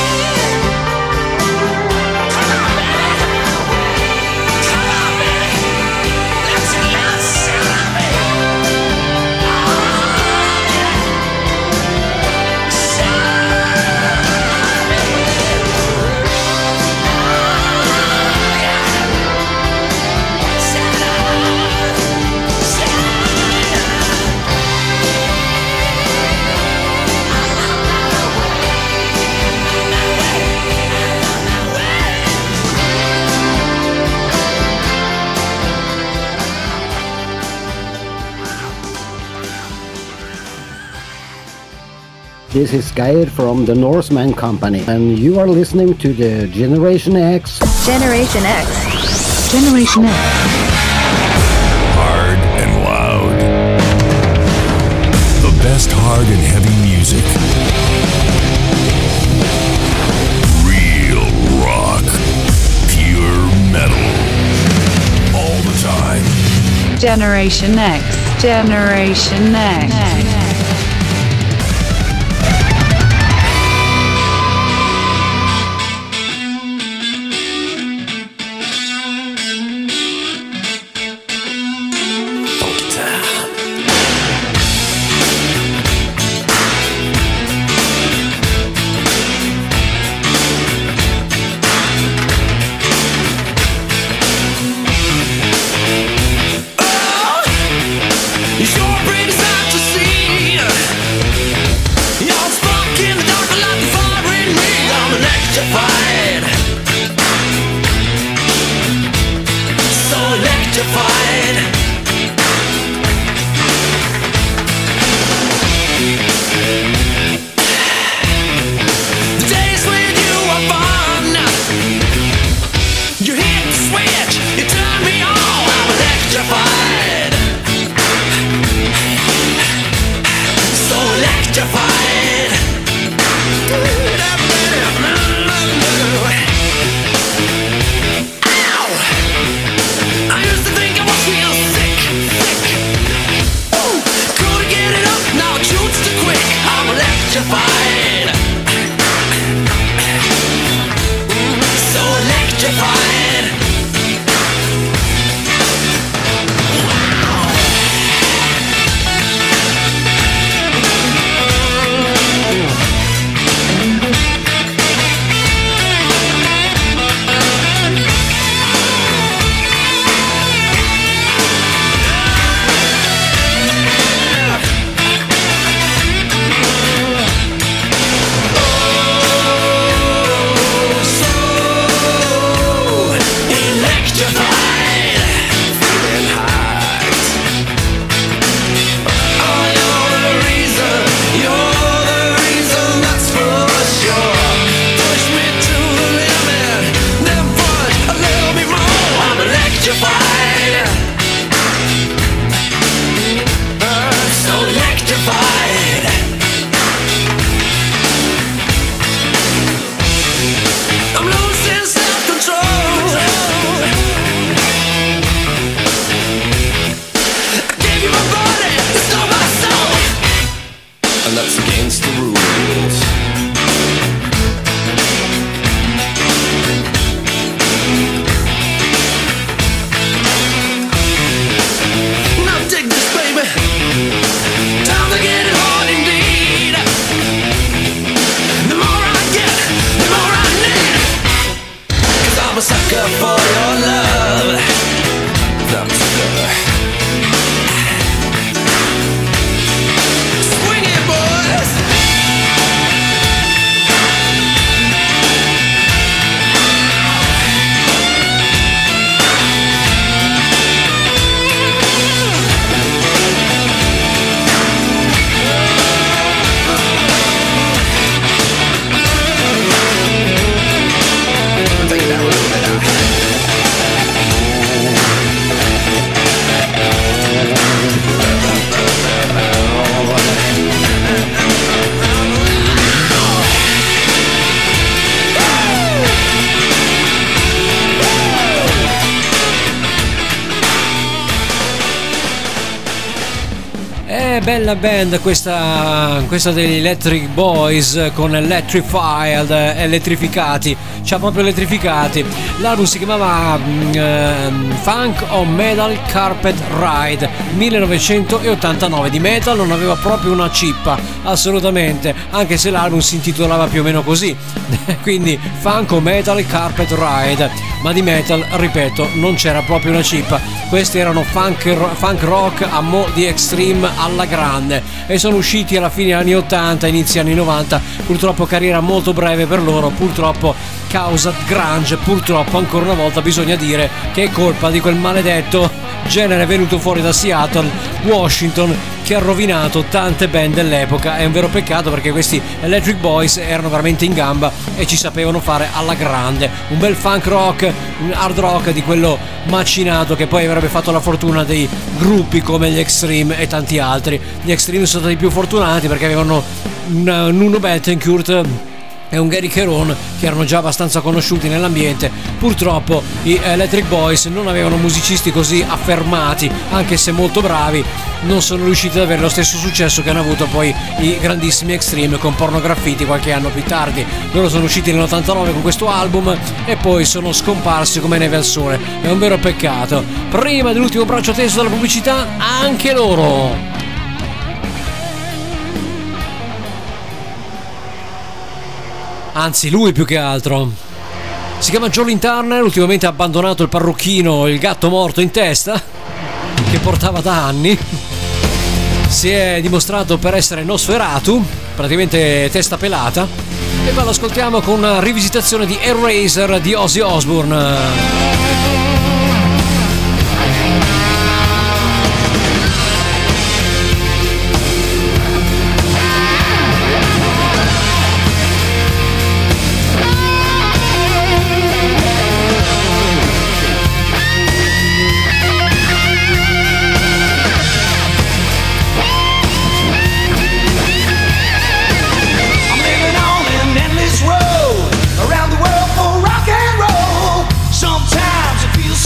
Come on, baby. Come on, baby. Let your love shine on me. Oh, yeah. Shine on me. Oh, yeah. Shine on. This is Geir from the Norseman Company, and you are listening to the Generation X. Generation X. Generation X. Hard and loud. The best hard and heavy music. Generation X. Generation X. Bella band questa degli Electric Boys con Electrified, elettrificati, cioè proprio elettrificati. L'album si chiamava Funk on Metal Carpet Ride 1989. Di metal non aveva proprio una cippa, assolutamente, anche se l'album si intitolava più o meno così quindi Funk on Metal Carpet Ride, ma di metal, ripeto, non c'era proprio una cippa. Questi erano funk rock a mo' di Extreme alla grande e sono usciti alla fine anni 80, inizi anni 90. Purtroppo carriera molto breve per loro, purtroppo causa grunge. Purtroppo ancora una volta bisogna dire che è colpa di quel maledetto genere venuto fuori da Seattle, Washington, che ha rovinato tante band dell'epoca. È un vero peccato, perché questi Electric Boys erano veramente in gamba e ci sapevano fare alla grande. Un bel funk rock, un hard rock di quello macinato, che poi avrebbe fatto la fortuna dei gruppi come gli Extreme e tanti altri. Gli Extreme sono stati più fortunati perché avevano Nuno Bettencourt e un Gary Cherone, che erano già abbastanza conosciuti nell'ambiente. Purtroppo i Electric Boys non avevano musicisti così affermati, anche se molto bravi, non sono riusciti ad avere lo stesso successo che hanno avuto poi i grandissimi Extreme con Porno Graffiti qualche anno più tardi. Loro sono usciti nell'89 con questo album e poi sono scomparsi come neve al sole. È un vero peccato. Prima dell'ultimo braccio teso della pubblicità, anche loro. Anzi, lui più che altro. Si chiama Jolin Turner, ultimamente ha abbandonato il parrucchino, il gatto morto in testa, che portava da anni. Si è dimostrato per essere Nosferatu, praticamente testa pelata. E poi lo ascoltiamo con una rivisitazione di Eraser di Ozzy Osbourne. Around the world for rock and roll. Sometimes it feels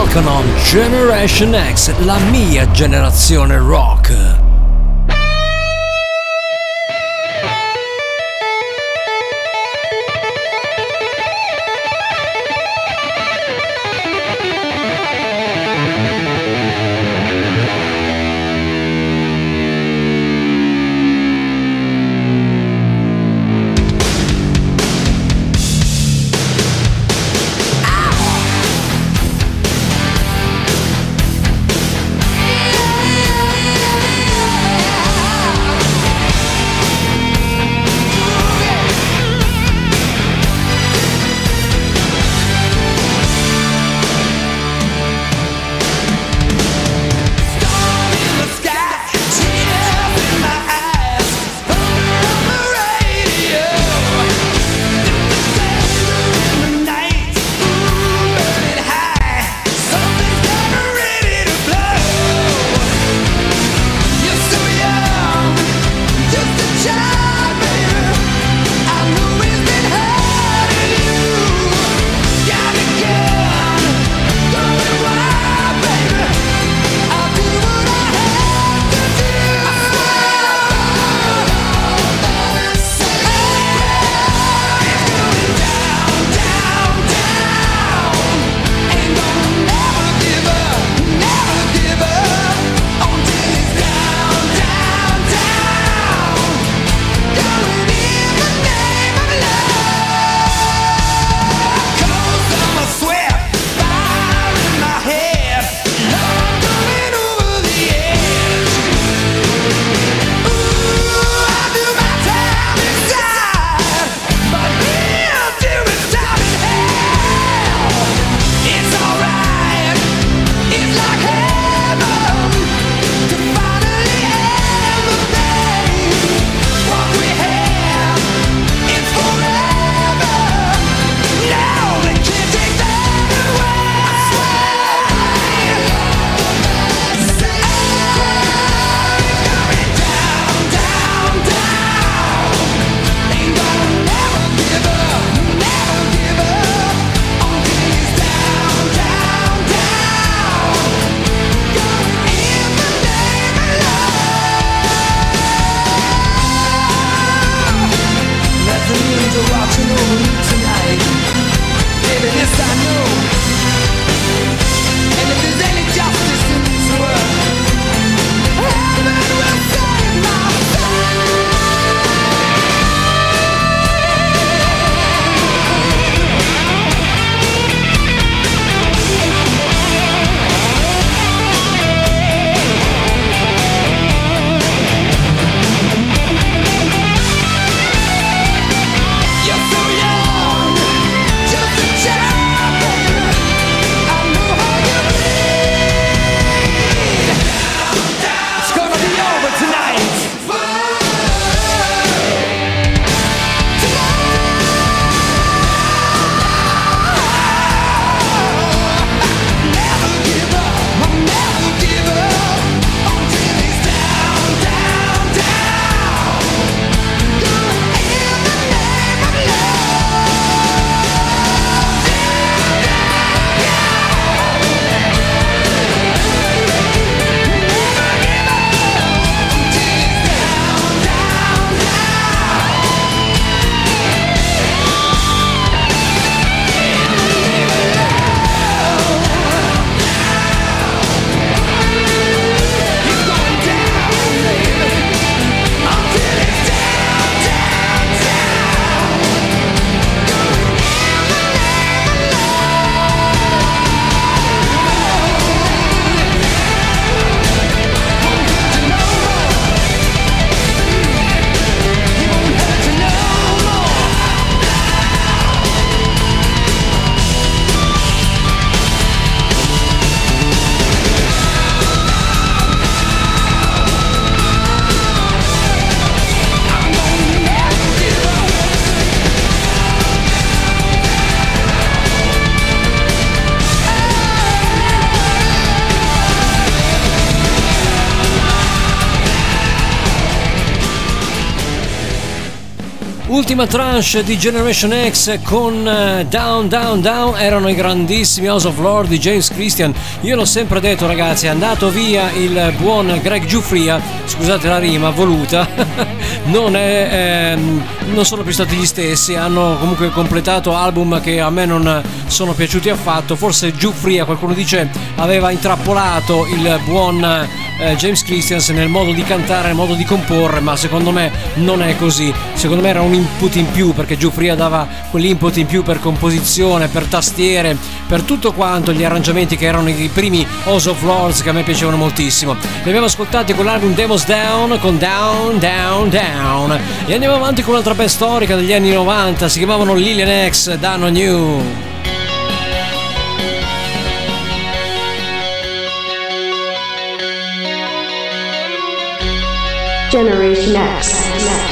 Rock on Generation X, la mia generazione rock. Yeah. Ultima tranche di Generation X con Down Down Down, erano i grandissimi House of Lords di James Christian. Io l'ho sempre detto, ragazzi, è andato via il buon Greg Giuffria, scusate la rima voluta, non sono più stati gli stessi, hanno comunque completato album che a me non sono piaciuti affatto. Forse Giuffria, qualcuno dice, aveva intrappolato il buon James Christian nel modo di cantare, nel modo di comporre, ma secondo me non è così. Secondo me era un input in più, perché Giuffria dava quell'input in più per composizione, per tastiere, per tutto quanto, gli arrangiamenti che erano i primi House of Lords, che a me piacevano moltissimo. Li abbiamo ascoltati con l'album Demos Down, con Down Down Down, e andiamo avanti con un'altra band storica degli anni 90, si chiamavano Lil X, Down on You. Generation X.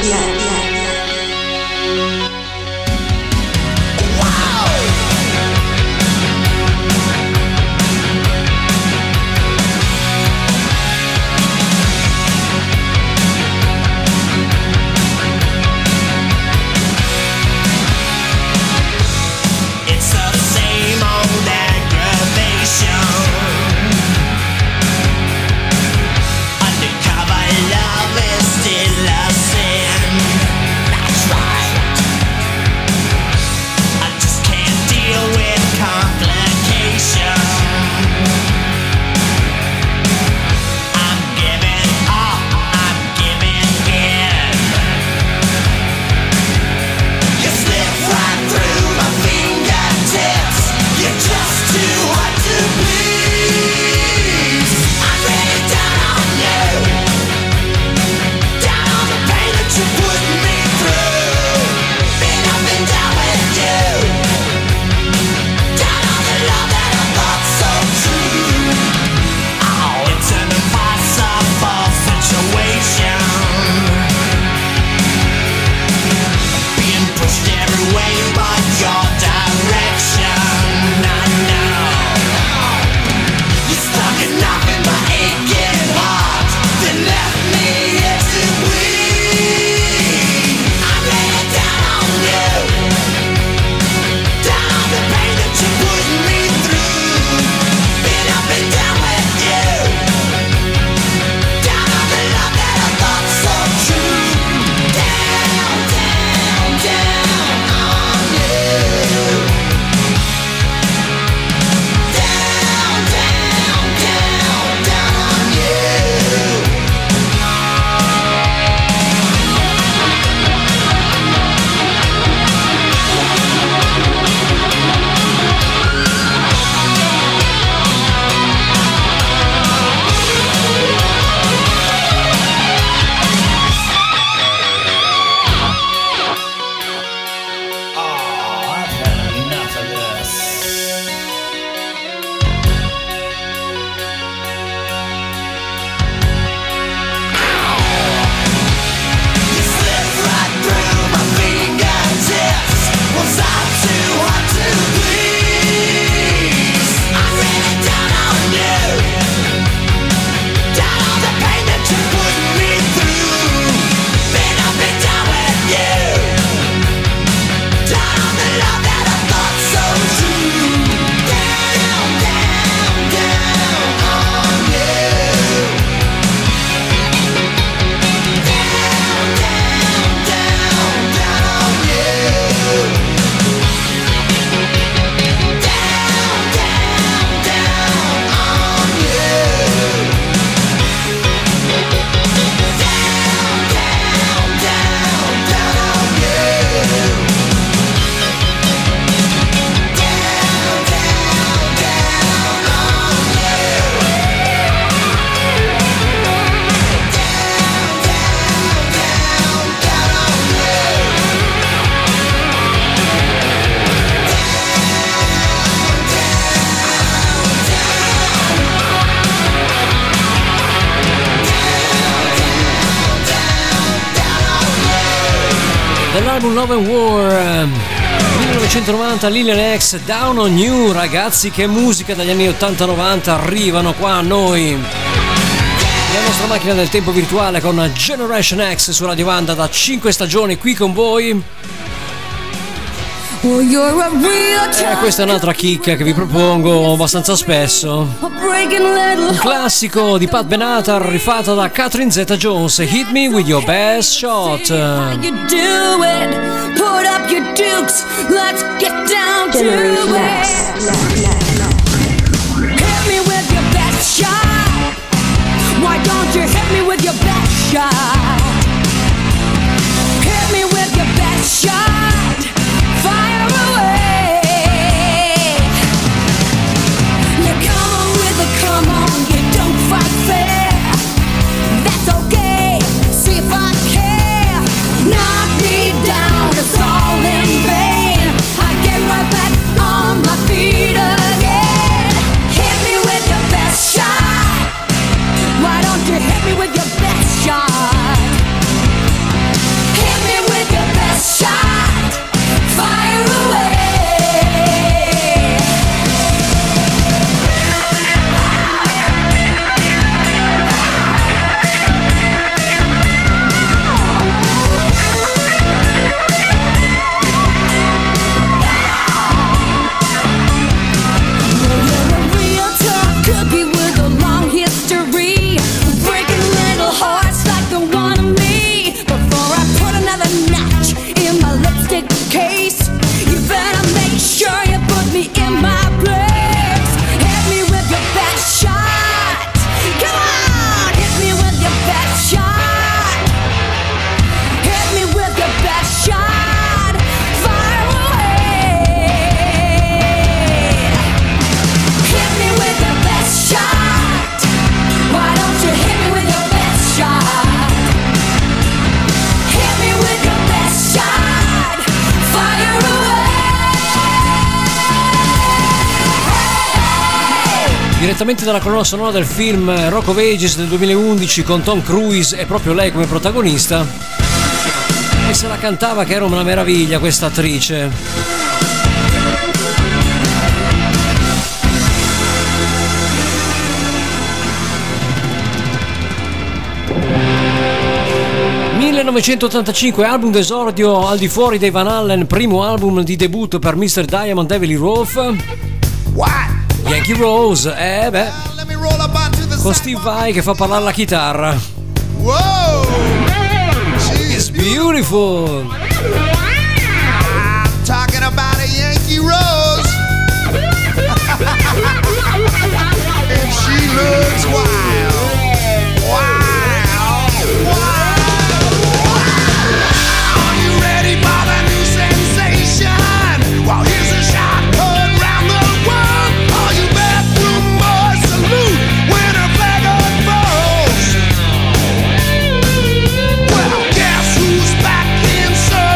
dall'album Love and War 1990, Lil X, Down on You. Ragazzi, che musica dagli anni 80-90 arrivano qua a noi. La nostra macchina del tempo virtuale con Generation X su Radio Vanda da 5 stagioni qui con voi. Questa è un'altra chicca che vi propongo abbastanza spesso. Un classico di Pat Benatar rifatta da Catherine Zeta-Jones, Hit Me With Your Best Shot. Generation X. Hit me with your best shot. Why don't you hit me with your best shot? Hit me with your best shot. Fire away. You come on with it, come on. You don't fight fair. That's okay. See if I care. Knock me down, it's all in vain. I get right back on my feet again. Hit me with your best shot. Why don't you hit me with your best shot? Hit me with your best shot. Fire away. You're a real tough cookie with a long history, breaking little hearts like the one of me. Before I put another notch in my lipstick case, you better make sure you put me in my place. Hit me with your best shot. Come on, hit me with your best shot. Hit me with your best shot. Fire away. Hit me with your best shot. Why don't you hit me with your best shot? Hit me with your best shot. Fire away. Direttamente dalla colonna sonora del film Rock of Ages del 2011 con Tom Cruise e proprio lei come protagonista. E se la cantava che era una meraviglia questa attrice. ...1985, album d'esordio al di fuori dei Van Halen, primo album di debutto per Mr. Diamond David Lee Roth. Yankee Rose, con Steve Vai che fa parlare la chitarra. Whoa! It's beautiful. I'm talking about a Yankee Rose. And she looks wild. Wild. Wild. Are you ready for the new sensation? Well, here's a shot heard round the world. All you bathroom boys salute when her flag unfolds. Well, guess who's back in service?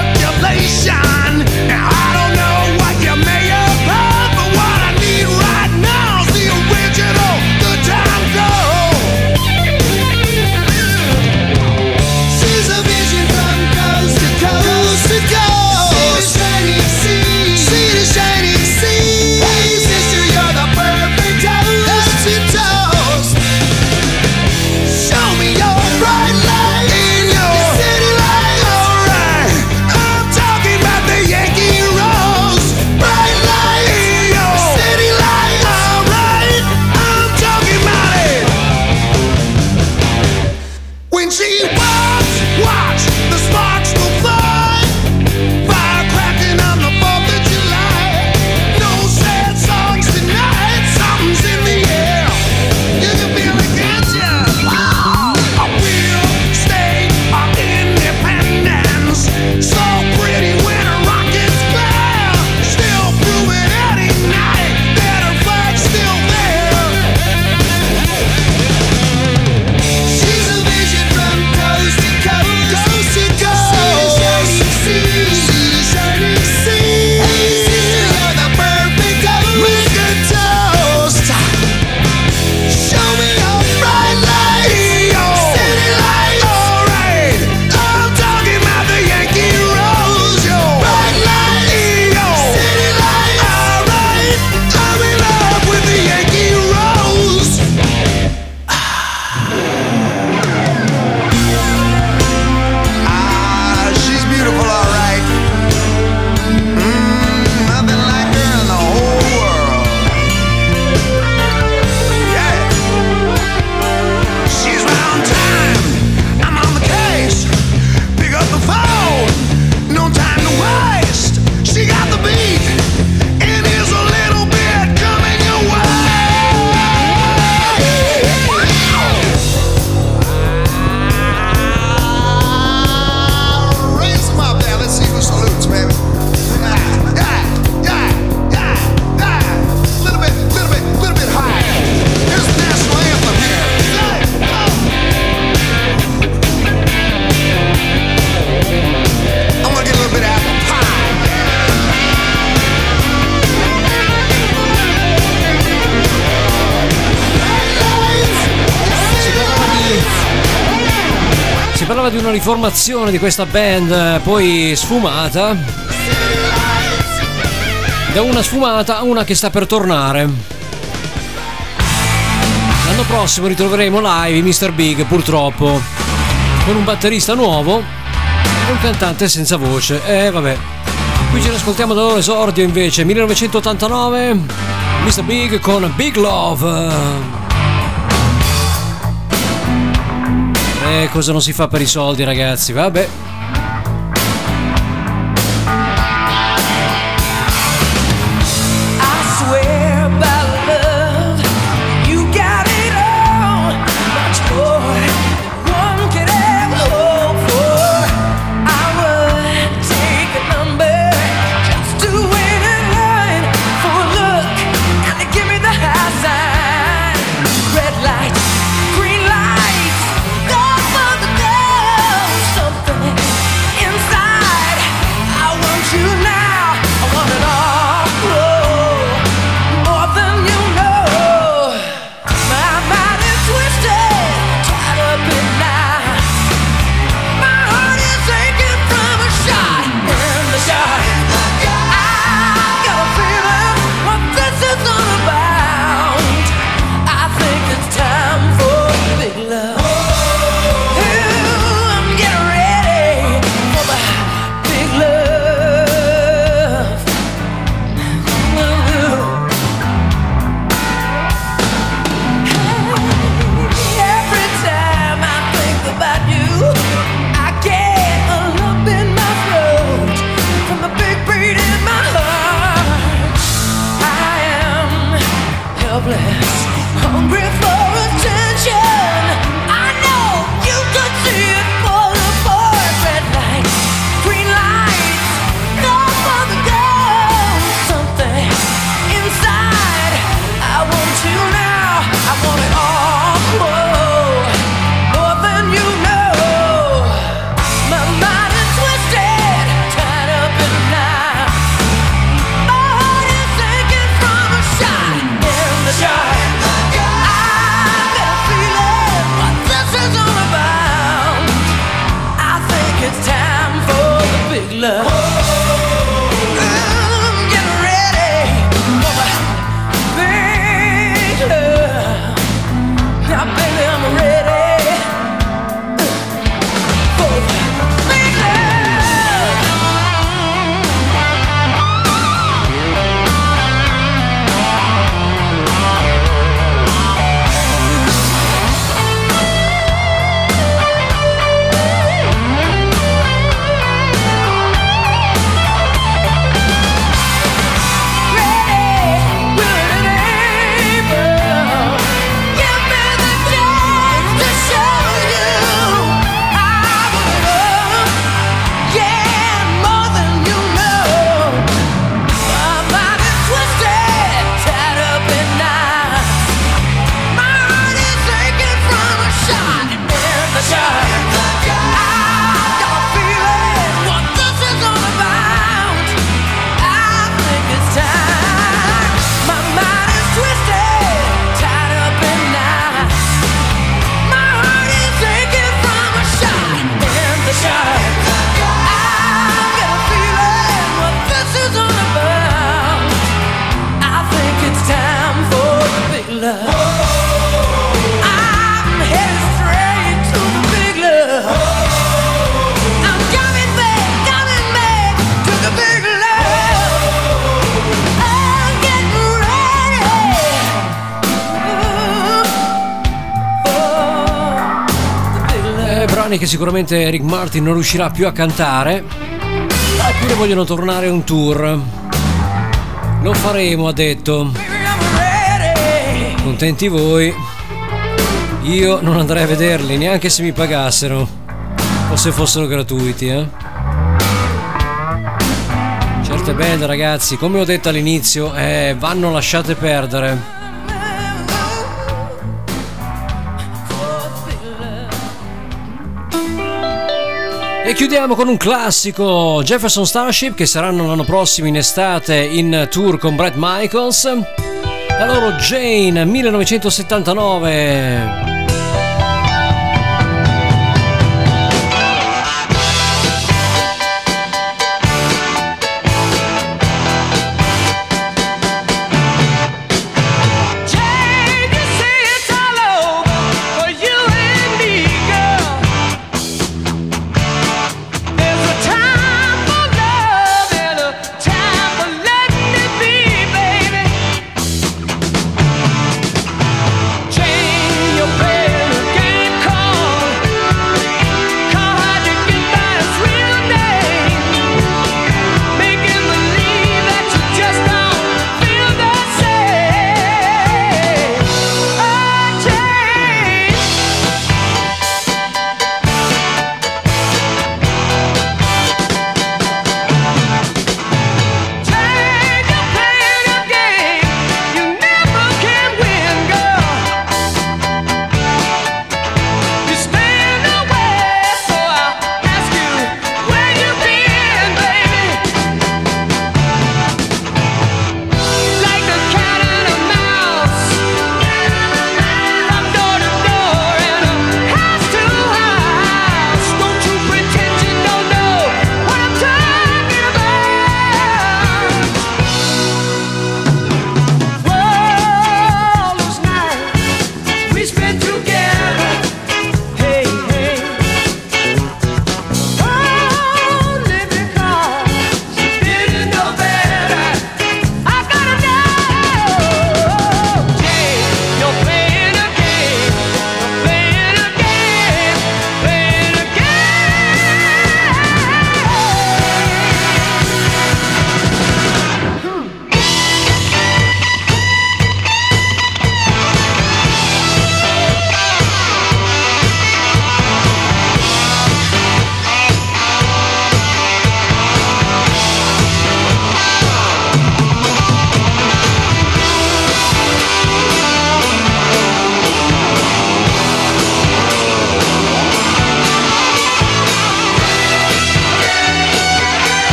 sembrava di una riformazione di questa band, poi sfumata. Da una sfumata a una che sta per tornare. L'anno prossimo ritroveremo live i Mr. Big, purtroppo, con un batterista nuovo e un cantante senza voce. Vabbè. Qui ce ne ascoltiamo da loro esordio invece, 1989, Mr. Big con Big Love. Cosa non si fa per i soldi, ragazzi, vabbè. Che sicuramente Rick Martin non riuscirà più a cantare, oppure vogliono tornare a un tour. Lo faremo, ha detto. Contenti voi. Io non andrei a vederli neanche se mi pagassero o se fossero gratuiti, Certe band, ragazzi, come ho detto all'inizio, vanno lasciate perdere. E chiudiamo con un classico, Jefferson Starship, che saranno l'anno prossimo in estate in tour con Bret Michaels. La loro Jane, 1979.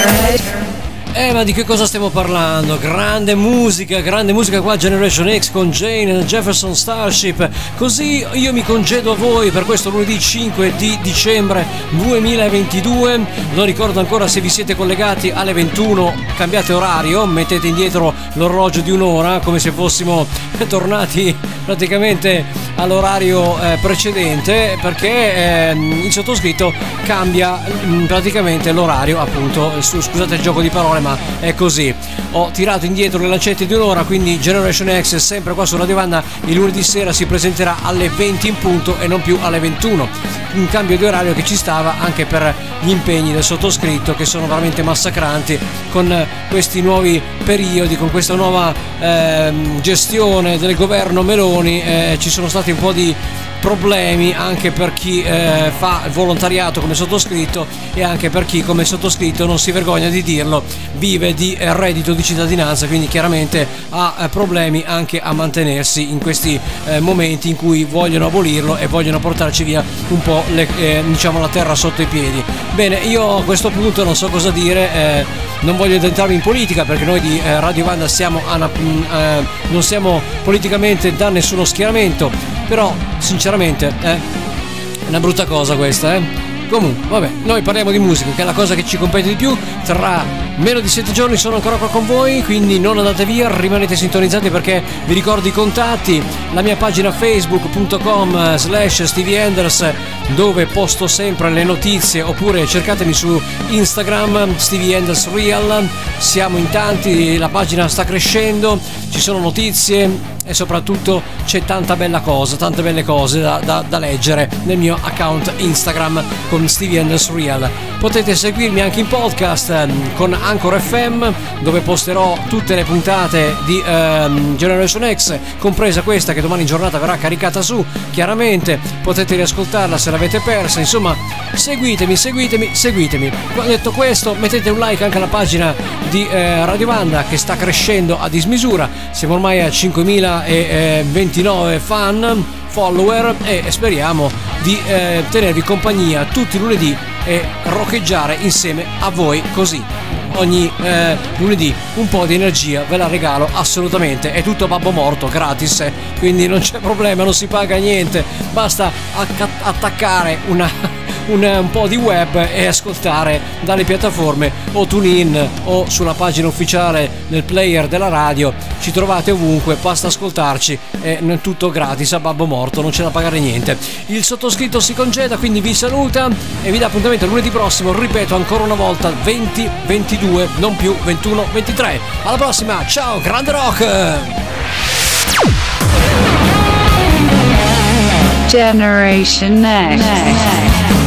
Ma di che cosa stiamo parlando? Grande musica qua, Generation X con Jane and Jefferson Starship. Così io mi congedo a voi per questo lunedì 5 di dicembre 2022. Lo ricordo ancora, se vi siete collegati alle 21 cambiate orario, mettete indietro l'orologio di un'ora come se fossimo tornati praticamente all'orario precedente, perché il sottoscritto cambia praticamente l'orario, appunto. Scusate il gioco di parole, ma è così. Ho tirato indietro le lancette di un'ora, quindi Generation X sempre qua su Radio Vanda il lunedì sera si presenterà alle 20 in punto e non più alle 21. Un cambio di orario che ci stava anche per gli impegni del sottoscritto, che sono veramente massacranti con questi nuovi periodi, con questa nuova gestione del governo Meloni. Ci sono stati un po' di problemi anche per chi fa volontariato come sottoscritto, e anche per chi come sottoscritto, non si vergogna di dirlo, vive di reddito di cittadinanza, quindi chiaramente ha problemi anche a mantenersi in questi momenti in cui vogliono abolirlo e vogliono portarci via un po' diciamo la terra sotto i piedi. Bene, io a questo punto non so cosa dire, non voglio addentrarmi in politica, perché noi di Radio Vanda non siamo politicamente da nessuno schieramento, però sinceramente è una brutta cosa questa, Comunque, vabbè, noi parliamo di musica, che è la cosa che ci compete di più. Tra meno di 7 giorni sono ancora qua con voi, quindi non andate via, rimanete sintonizzati, perché vi ricordo i contatti: la mia pagina facebook.com/Stevie Enders, dove posto sempre le notizie, oppure cercatemi su Instagram, Stevie Enders Real. Siamo in tanti, la pagina sta crescendo, ci sono notizie e soprattutto c'è tanta bella cosa, tante belle cose da leggere nel mio account Instagram con Stevie Enders Real. Potete seguirmi anche in podcast con Anchor FM, dove posterò tutte le puntate di Generation X, compresa questa che domani in giornata verrà caricata su. Chiaramente potete riascoltarla se l'avete persa. Insomma, seguitemi. Detto questo, mettete un like anche alla pagina di Radio Vanda, che sta crescendo a dismisura. Siamo ormai a 5.029 follower, e speriamo di tenervi compagnia tutti i lunedì e roccheggiare insieme a voi, così ogni lunedì un po' di energia ve la regalo assolutamente. È tutto babbo morto, gratis, quindi non c'è problema, non si paga niente, basta attaccare un po' di web e ascoltare dalle piattaforme o TuneIn o sulla pagina ufficiale del player della radio. Ci trovate ovunque, basta ascoltarci, è tutto gratis a babbo morto, non c'è da pagare niente. Il sottoscritto si congeda, quindi vi saluta e vi dà appuntamento lunedì prossimo, ripeto ancora una volta, 20-22, non più 21-23. Alla prossima, ciao, grande rock! Generation Next.